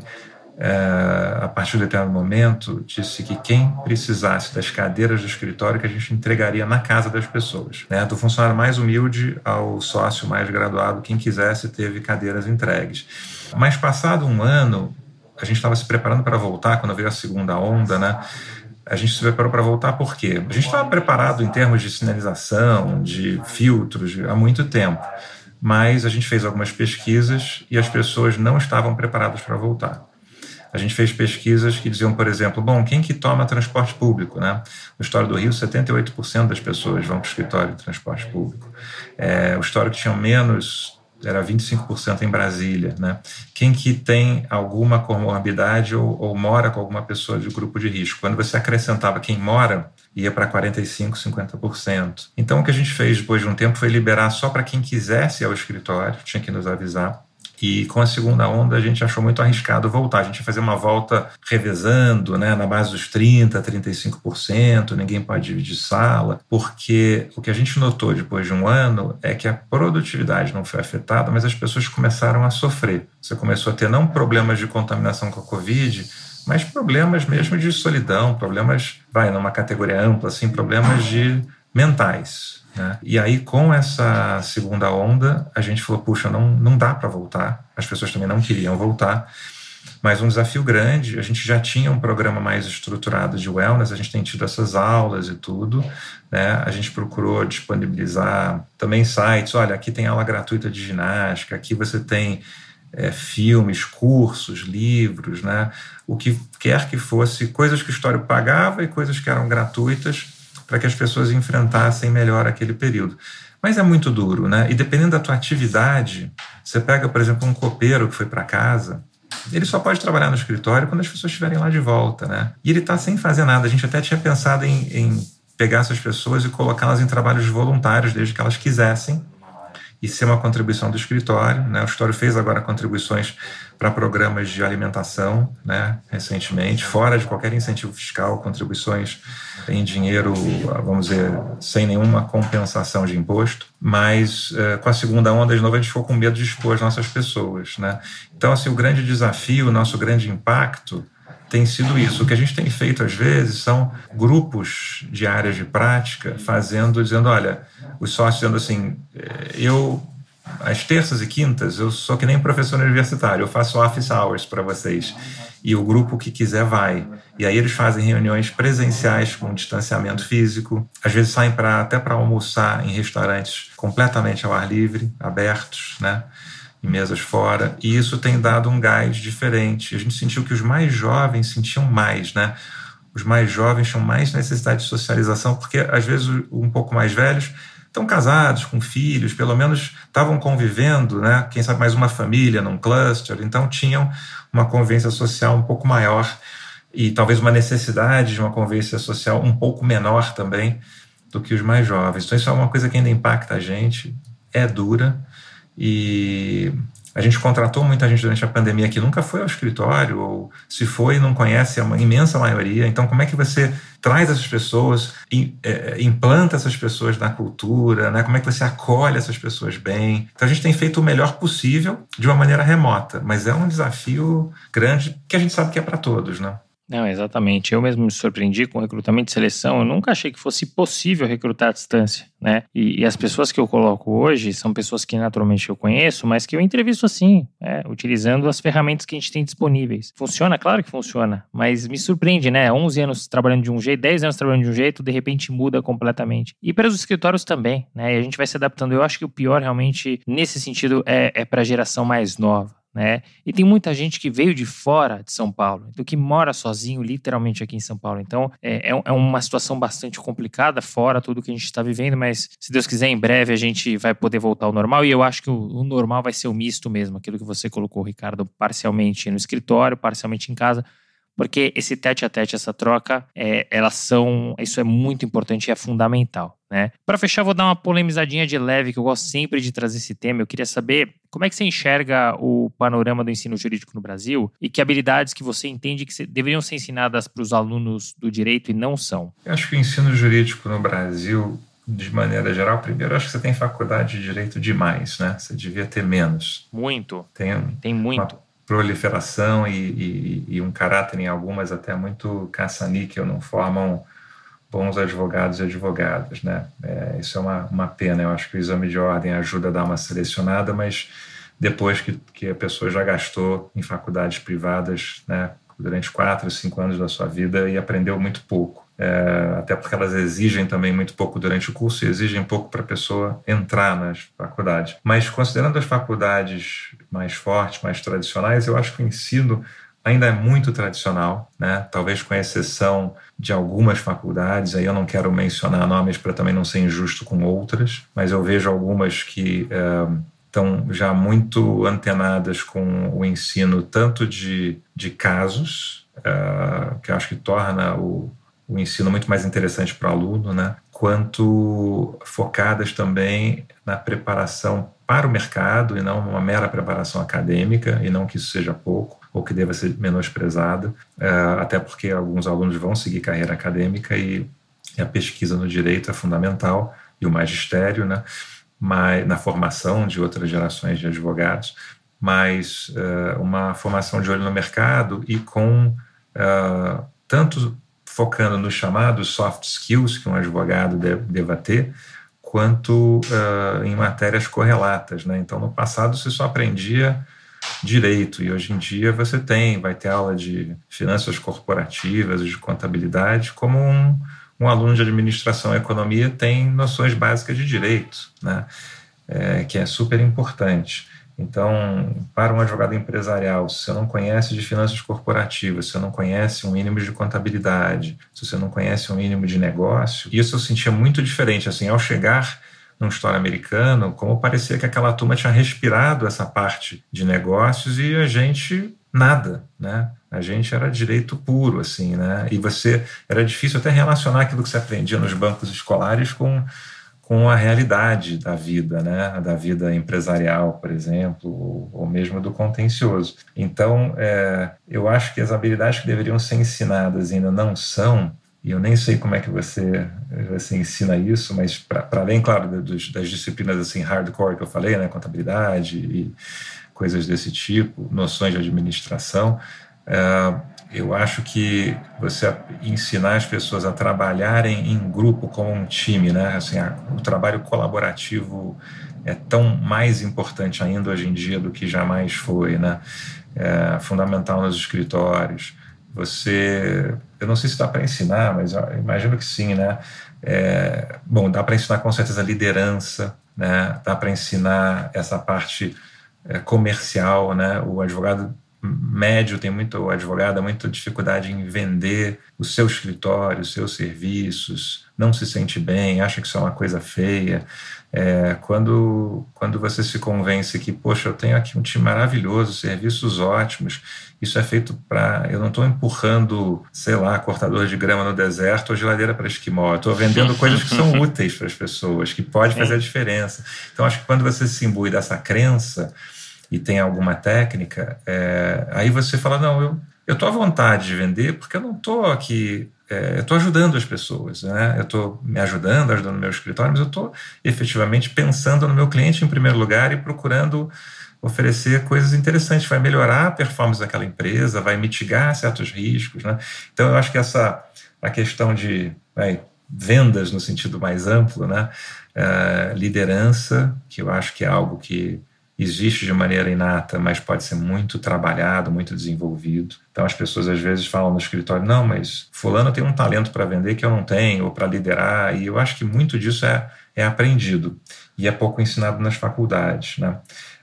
é, a partir de determinado momento, disse que quem precisasse das cadeiras do escritório que a gente entregaria na casa das pessoas, né? Do funcionário mais humilde ao sócio mais graduado, quem quisesse teve cadeiras entregues. Mas passado um ano, a gente estava se preparando para voltar, quando veio a segunda onda, né? A gente se preparou para voltar por quê? A gente estava preparado em termos de sinalização, de filtros, há muito tempo. Mas a gente fez algumas pesquisas e as pessoas não estavam preparadas para voltar. A gente fez pesquisas que diziam, por exemplo, bom, quem que toma transporte público, né? No Estado do Rio, setenta e oito por cento das pessoas vão para o escritório de transporte público. É, o Estado que tinha menos era vinte e cinco por cento em Brasília, né? Quem que tem alguma comorbidade ou, ou mora com alguma pessoa de grupo de risco? Quando você acrescentava quem mora, ia para quarenta e cinco por cento, cinquenta por cento. Então, o que a gente fez depois de um tempo foi liberar só para quem quisesse ir ao escritório, tinha que nos avisar. E com a segunda onda, a gente achou muito arriscado voltar. A gente ia fazer uma volta revezando, né, na base dos trinta por cento, trinta e cinco por cento, ninguém pode dividir sala, porque o que a gente notou depois de um ano é que a produtividade não foi afetada, mas as pessoas começaram a sofrer. Você começou a ter não problemas de contaminação com a Covid, mas problemas mesmo de solidão, problemas, vai, numa categoria ampla, assim, problemas de mentais, né? E aí, com essa segunda onda, a gente falou, puxa, não, não dá para voltar, as pessoas também não queriam voltar, mas um desafio grande, a gente já tinha um programa mais estruturado de wellness, a gente tem tido essas aulas e tudo, né? A gente procurou disponibilizar também sites, olha, aqui tem aula gratuita de ginástica, aqui você tem É, filmes, cursos, livros, né? O que quer que fosse, coisas que o escritório pagava e coisas que eram gratuitas para que as pessoas enfrentassem melhor aquele período. Mas é muito duro, né? E dependendo da tua atividade, você pega, por exemplo, um copeiro que foi para casa, ele só pode trabalhar no escritório quando as pessoas estiverem lá de volta, né? E ele está sem fazer nada. A gente até tinha pensado em, em pegar essas pessoas e colocá-las em trabalhos voluntários, desde que elas quisessem, e ser uma contribuição do escritório, né? O escritório fez agora contribuições para programas de alimentação, né, recentemente, fora de qualquer incentivo fiscal, contribuições em dinheiro, vamos dizer, sem nenhuma compensação de imposto, mas eh, com a segunda onda, de novo, a gente ficou com medo de expor as nossas pessoas, né? Então, assim, o grande desafio, o nosso grande impacto tem sido isso. O que a gente tem feito, às vezes, são grupos de áreas de prática fazendo, dizendo, olha, os sócios dizendo assim, eu, às terças e quintas, eu sou que nem professor universitário, eu faço office hours para vocês. E o grupo que quiser vai. E aí eles fazem reuniões presenciais com distanciamento físico, às vezes saem pra, até para almoçar em restaurantes completamente ao ar livre, abertos, né? Em mesas fora, e isso tem dado um gás diferente. A gente sentiu que os mais jovens sentiam mais, né? os mais jovens tinham mais necessidade de socialização, porque às vezes um pouco mais velhos estão casados, com filhos, pelo menos estavam convivendo, né? Quem sabe mais uma família num cluster, então tinham uma convivência social um pouco maior e talvez uma necessidade de uma convivência social um pouco menor também do que os mais jovens. Então isso é uma coisa que ainda impacta a gente, é dura, e a gente contratou muita gente durante a pandemia que nunca foi ao escritório, ou se foi, não conhece a imensa maioria. Então, como é que você traz essas pessoas, implanta essas pessoas na cultura, né? Como é que você acolhe essas pessoas bem? Então, a gente tem feito o melhor possível de uma maneira remota, mas é um desafio grande que a gente sabe que é para todos, né? Não, exatamente. Eu mesmo me surpreendi com o recrutamento e seleção. Eu nunca achei que fosse possível recrutar à distância, né? E, e as pessoas que eu coloco hoje são pessoas que naturalmente eu conheço, mas que eu entrevisto assim, né? Utilizando as ferramentas que a gente tem disponíveis. Funciona? Claro que funciona, mas me surpreende, né? onze anos trabalhando de um jeito, dez anos trabalhando de um jeito, de repente muda completamente. E para os escritórios também, né? E a gente vai se adaptando. Eu acho que o pior realmente, nesse sentido, é, é para a geração mais nova. Né? E tem muita gente que veio de fora de São Paulo, então que mora sozinho literalmente aqui em São Paulo. Então é, é uma situação bastante complicada, fora tudo que a gente está vivendo, mas se Deus quiser, em breve a gente vai poder voltar ao normal, e eu acho que o, o normal vai ser o misto mesmo, aquilo que você colocou, Ricardo, parcialmente no escritório, parcialmente em casa, porque esse tete a tete, essa troca, é, elas são, isso é muito importante e é fundamental, né? Para fechar, vou dar uma polemizadinha de leve, que eu gosto sempre de trazer esse tema. Eu queria saber como é que você enxerga o panorama do ensino jurídico no Brasil e que habilidades que você entende que deveriam ser ensinadas para os alunos do direito e não são. Eu acho que o ensino jurídico no Brasil, de maneira geral, primeiro, eu acho que você tem faculdade de direito demais, né? Você devia ter menos. Muito. Tem, tem muito. Uma proliferação e, e, e um caráter em algumas até muito caça-níquel, não formam bons advogados e advogadas, né? É, isso é uma, uma pena. Eu acho que o exame de ordem ajuda a dar uma selecionada, mas depois que, que a pessoa já gastou em faculdades privadas, né, durante quatro, cinco anos da sua vida e aprendeu muito pouco. É, até porque elas exigem também muito pouco durante o curso e exigem pouco para a pessoa entrar nas faculdades. Mas considerando as faculdades mais fortes, mais tradicionais, eu acho que o ensino ainda é muito tradicional, né? Talvez com exceção de algumas faculdades, aí eu não quero mencionar nomes para também não ser injusto com outras, mas eu vejo algumas que é, estão já muito antenadas com o ensino tanto de, de casos, é, que eu acho que torna o o ensino muito mais interessante para o aluno, né? Quanto focadas também na preparação para o mercado e não uma mera preparação acadêmica, e não que isso seja pouco ou que deva ser menosprezado, até porque alguns alunos vão seguir carreira acadêmica e a pesquisa no direito é fundamental, e o magistério, né? Mas, na formação de outras gerações de advogados, mas uma formação de olho no mercado e com tanto focando nos chamados soft skills que um advogado deva ter, quanto uh, em matérias correlatas, né? Então, no passado, você só aprendia direito, e hoje em dia você tem, vai ter aula de finanças corporativas, de contabilidade, como um, um aluno de administração e economia tem noções básicas de direito, né? É, que é super importante. Então, para um advogado empresarial, se você não conhece de finanças corporativas, se você não conhece um mínimo de contabilidade, se você não conhece um mínimo de negócio, isso eu sentia muito diferente. Assim, ao chegar num escritório americano, como parecia que aquela turma tinha respirado essa parte de negócios e a gente nada, né? A gente era direito puro, assim, né? E você, era difícil até relacionar aquilo que você aprendia nos bancos escolares com com a realidade da vida, né? Da vida empresarial, por exemplo, ou, ou mesmo do contencioso. Então, é, eu acho que as habilidades que deveriam ser ensinadas ainda não são, e eu nem sei como é que você, você ensina isso, mas para além, claro, dos, das disciplinas assim, hardcore que eu falei, né? Contabilidade e coisas desse tipo, noções de administração, é, eu acho que você ensinar as pessoas a trabalharem em grupo como um time, né? Assim, a, o trabalho colaborativo é tão mais importante ainda hoje em dia do que jamais foi, né? É fundamental nos escritórios. Você, eu não sei se dá para ensinar, mas eu imagino que sim, né? É, bom, dá para ensinar com certeza liderança, né? Dá para ensinar essa parte é, comercial, né? O advogado médio tem muito, o advogado, muita dificuldade em vender o seu escritório, os seus serviços, não se sente bem, acha que isso é uma coisa feia. É, quando, quando você se convence que, poxa, eu tenho aqui um time maravilhoso, serviços ótimos, isso é feito para... Eu não estou empurrando, sei lá, cortador de grama no deserto ou geladeira para esquimó. Eu estou vendendo coisas que são úteis para as pessoas, que pode fazer a diferença. Então, acho que quando você se imbui dessa crença e tem alguma técnica, é, aí você fala, não, eu eu estou à vontade de vender porque eu não estou aqui... É, eu estou ajudando as pessoas, né? Eu estou me ajudando, ajudando o meu escritório, mas eu estou efetivamente pensando no meu cliente em primeiro lugar e procurando oferecer coisas interessantes, vai melhorar a performance daquela empresa, vai mitigar certos riscos, né? Então, eu acho que essa a questão de vai, vendas no sentido mais amplo, né? É, liderança, que eu acho que é algo que existe de maneira inata, mas pode ser muito trabalhado, muito desenvolvido. Então as pessoas às vezes falam no escritório, não, mas fulano tem um talento para vender que eu não tenho, ou para liderar, e eu acho que muito disso é, é aprendido e é pouco ensinado nas faculdades, né?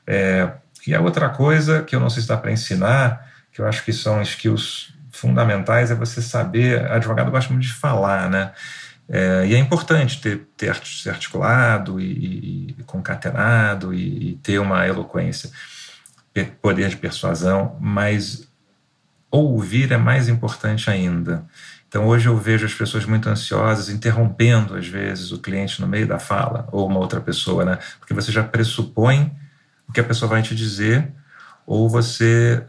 É, e a outra coisa que eu não sei se dá para ensinar, que eu acho que são skills fundamentais, é você saber, advogado gosta muito de falar, né? É, e é importante ter, ter se articulado e, e concatenado e, e ter uma eloquência, poder de persuasão, mas ouvir é mais importante ainda. Então hoje eu vejo as pessoas muito ansiosas, interrompendo às vezes o cliente no meio da fala, ou uma outra pessoa, né? Porque você já pressupõe o que a pessoa vai te dizer, ou você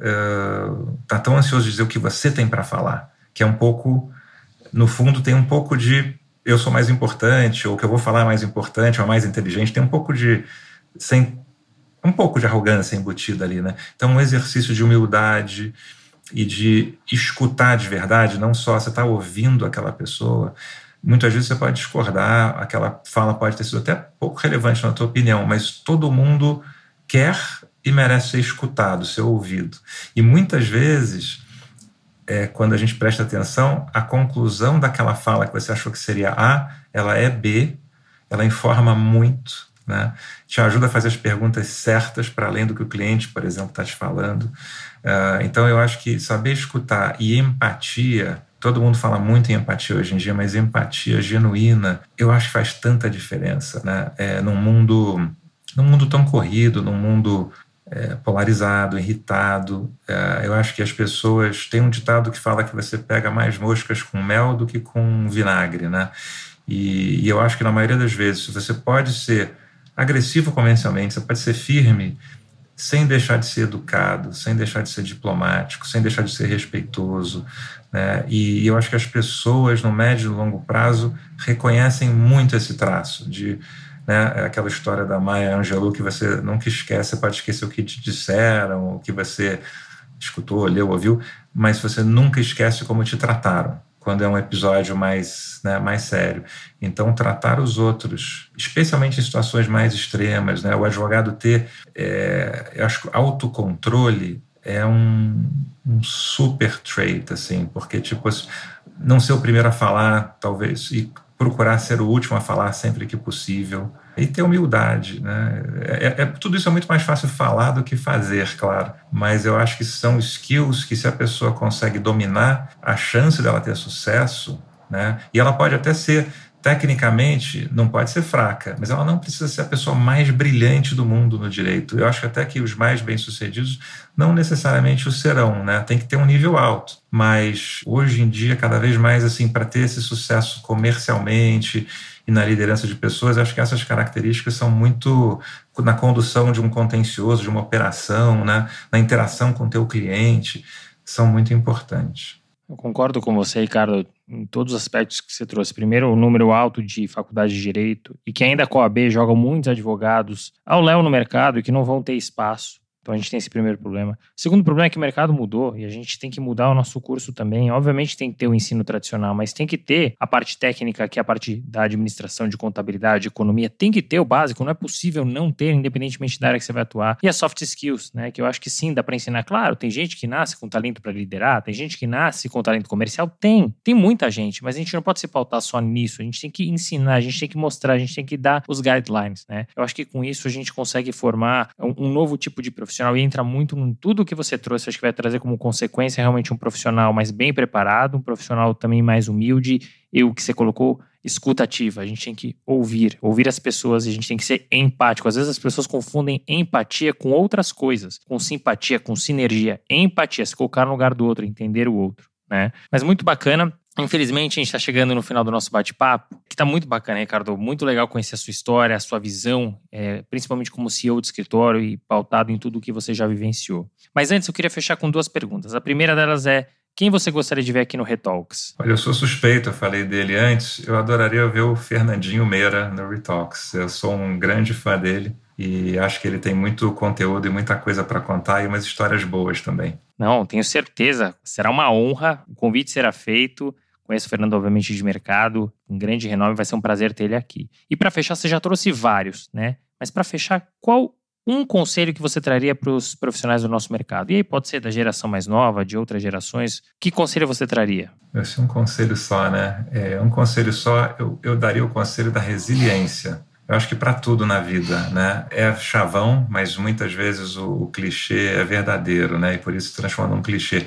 está uh, tão ansioso de dizer o que você tem para falar, que é um pouco, no fundo tem um pouco de eu sou mais importante, ou que eu vou falar mais importante, ou mais inteligente, tem um pouco de sem, um pouco de arrogância embutida ali, né? Então um exercício de humildade e de escutar de verdade, não só você está ouvindo aquela pessoa. Muitas vezes você pode discordar, aquela fala pode ter sido até pouco relevante na tua opinião, mas todo mundo quer e merece ser escutado, ser ouvido. E muitas vezes, é, quando a gente presta atenção, a conclusão daquela fala que você achou que seria A, ela é B, ela informa muito, né? Te ajuda a fazer as perguntas certas para além do que o cliente, por exemplo, está te falando. Uh, então eu acho que saber escutar e empatia, todo mundo fala muito em empatia hoje em dia, mas empatia genuína, eu acho que faz tanta diferença, né? É, num mundo, num mundo tão corrido, num mundo é, polarizado, irritado, é, eu acho que as pessoas... Tem um ditado que fala que você pega mais moscas com mel do que com vinagre, né? E, e eu acho que na maioria das vezes você pode ser agressivo comercialmente, você pode ser firme sem deixar de ser educado, sem deixar de ser diplomático, sem deixar de ser respeitoso, né? E, e eu acho que as pessoas no médio e longo prazo reconhecem muito esse traço de, né, aquela história da Maya Angelou que você nunca esquece, você pode esquecer o que te disseram, o que você escutou, leu, ouviu, mas você nunca esquece como te trataram, quando é um episódio mais, né, mais sério. Então, tratar os outros, especialmente em situações mais extremas, né, o advogado ter, é, eu acho que autocontrole é um, um super trait, assim, porque, tipo, não ser o primeiro a falar, talvez, e procurar ser o último a falar sempre que possível, e ter humildade, né? É, é, tudo isso é muito mais fácil falar do que fazer, claro, mas eu acho que são skills que, se a pessoa consegue dominar, a chance dela ter sucesso, né? E ela pode até ser, tecnicamente, não pode ser fraca, mas ela não precisa ser a pessoa mais brilhante do mundo no direito. Eu acho até que os mais bem-sucedidos não necessariamente o serão, né? Tem que ter um nível alto, mas hoje em dia, cada vez mais, assim, para ter esse sucesso comercialmente e na liderança de pessoas, acho que essas características são muito na condução de um contencioso, de uma operação, né? Na interação com o teu cliente, são muito importantes. Eu concordo com você, Ricardo, em todos os aspectos que você trouxe. Primeiro, o número alto de faculdade de direito e que ainda a Coab joga muitos advogados ao léu no mercado e que não vão ter espaço. Então a gente tem esse primeiro problema. O segundo problema é que o mercado mudou e a gente tem que mudar o nosso curso também. Obviamente tem que ter o ensino tradicional, mas tem que ter a parte técnica, que é a parte da administração, de contabilidade, de economia. Tem que ter o básico, não é possível não ter, independentemente da área que você vai atuar. E as soft skills, né, que eu acho que sim, dá para ensinar. Claro, tem gente que nasce com talento para liderar, tem gente que nasce com talento comercial. Tem, tem muita gente, mas a gente não pode se pautar só nisso. A gente tem que ensinar, a gente tem que mostrar, a gente tem que dar os guidelines, né? Eu acho que com isso a gente consegue formar um, um novo tipo de profissional, profissional e entra muito em tudo que você trouxe. Acho que vai trazer como consequência realmente um profissional mais bem preparado, um profissional também mais humilde e o que você colocou, escuta ativa. A gente tem que ouvir, ouvir as pessoas e a gente tem que ser empático. Às vezes as pessoas confundem empatia com outras coisas, com simpatia, com sinergia. Empatia, se colocar no lugar do outro, entender o outro, né? Mas muito bacana. Infelizmente, a gente está chegando no final do nosso bate-papo, que está muito bacana, Ricardo. Muito legal conhecer a sua história, a sua visão, é, principalmente como C E O de escritório e pautado em tudo o que você já vivenciou. Mas antes, eu queria fechar com duas perguntas. A primeira delas é: quem você gostaria de ver aqui no Retalks? Olha, eu sou suspeito, eu falei dele antes. Eu adoraria ver o Fernandinho Meira no Retalks. Eu sou um grande fã dele e acho que ele tem muito conteúdo e muita coisa para contar e umas histórias boas também. Não, tenho certeza. Será uma honra. O convite será feito. Conheço o Fernando, obviamente, de mercado. Um grande renome. Vai ser um prazer ter ele aqui. E para fechar, você já trouxe vários, né? Mas para fechar, qual um conselho que você traria para os profissionais do nosso mercado? E aí pode ser da geração mais nova, de outras gerações. Que conselho você traria? Esse é um conselho só, né? É um conselho só, eu, eu daria o conselho da resiliência. Eu acho que para tudo na vida, né? É chavão, mas muitas vezes o, o clichê é verdadeiro, né? E por isso se transforma num clichê.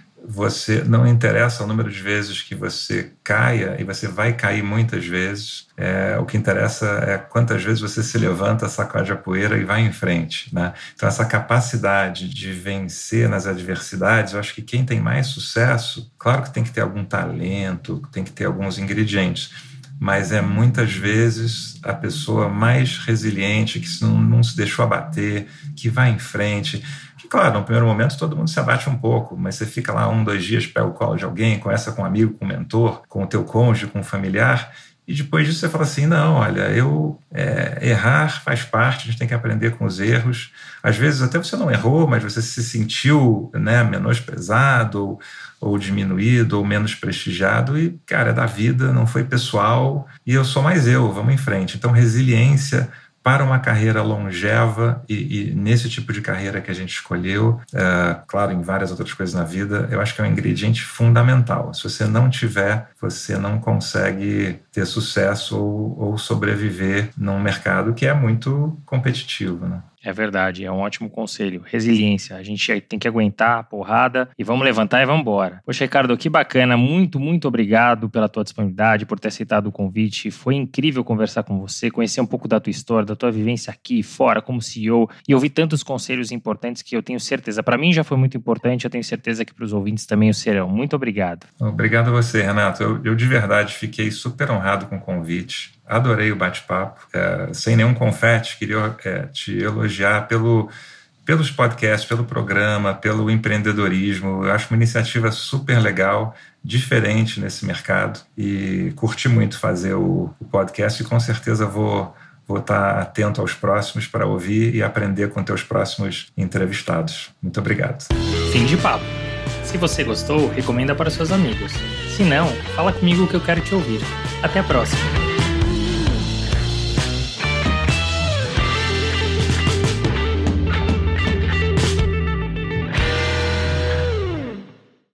Você não interessa o número de vezes que você caia, e você vai cair muitas vezes. É, o que interessa é quantas vezes você se levanta, sacode a poeira e vai em frente, né? Então essa capacidade de vencer nas adversidades, eu acho que quem tem mais sucesso, claro que tem que ter algum talento, tem que ter alguns ingredientes, mas é muitas vezes a pessoa mais resiliente, que não, não se deixou abater, que vai em frente. Que, claro, no primeiro momento todo mundo se abate um pouco, mas você fica lá um, dois dias, pega o colo de alguém, conversa com um amigo, com um mentor, com o teu cônjuge, com um familiar, e depois disso você fala assim, não, olha, eu é, errar faz parte, a gente tem que aprender com os erros. Às vezes até você não errou, mas você se sentiu, né, menosprezado, ou, ou diminuído, ou menos prestigiado, e, cara, é da vida, não foi pessoal, e eu sou mais eu, vamos em frente. Então, resiliência para uma carreira longeva e, e nesse tipo de carreira que a gente escolheu, é, claro, em várias outras coisas na vida, eu acho que é um ingrediente fundamental. Se você não tiver, você não consegue ter sucesso ou, ou sobreviver num mercado que é muito competitivo, né? É verdade, é um ótimo conselho. Resiliência, a gente tem que aguentar a porrada e vamos levantar e vamos embora. Poxa, Ricardo, que bacana, muito, muito obrigado pela tua disponibilidade, por ter aceitado o convite. Foi incrível conversar com você, conhecer um pouco da tua história, da tua vivência aqui e fora como C E O e ouvir tantos conselhos importantes que eu tenho certeza, para mim já foi muito importante, eu tenho certeza que para os ouvintes também o serão. Muito obrigado. Obrigado a você, Renato. Eu, eu de verdade fiquei super honrado com o convite. Adorei o bate-papo. É, sem nenhum confete, queria é, te elogiar pelo, pelos podcasts, pelo programa, pelo empreendedorismo. Eu acho uma iniciativa super legal, diferente nesse mercado. E curti muito fazer o, o podcast e com certeza vou, vou estar atento aos próximos para ouvir e aprender com teus próximos entrevistados. Muito obrigado. Fim de papo. Se você gostou, recomenda para os seus amigos. Se não, fala comigo que eu quero te ouvir. Até a próxima.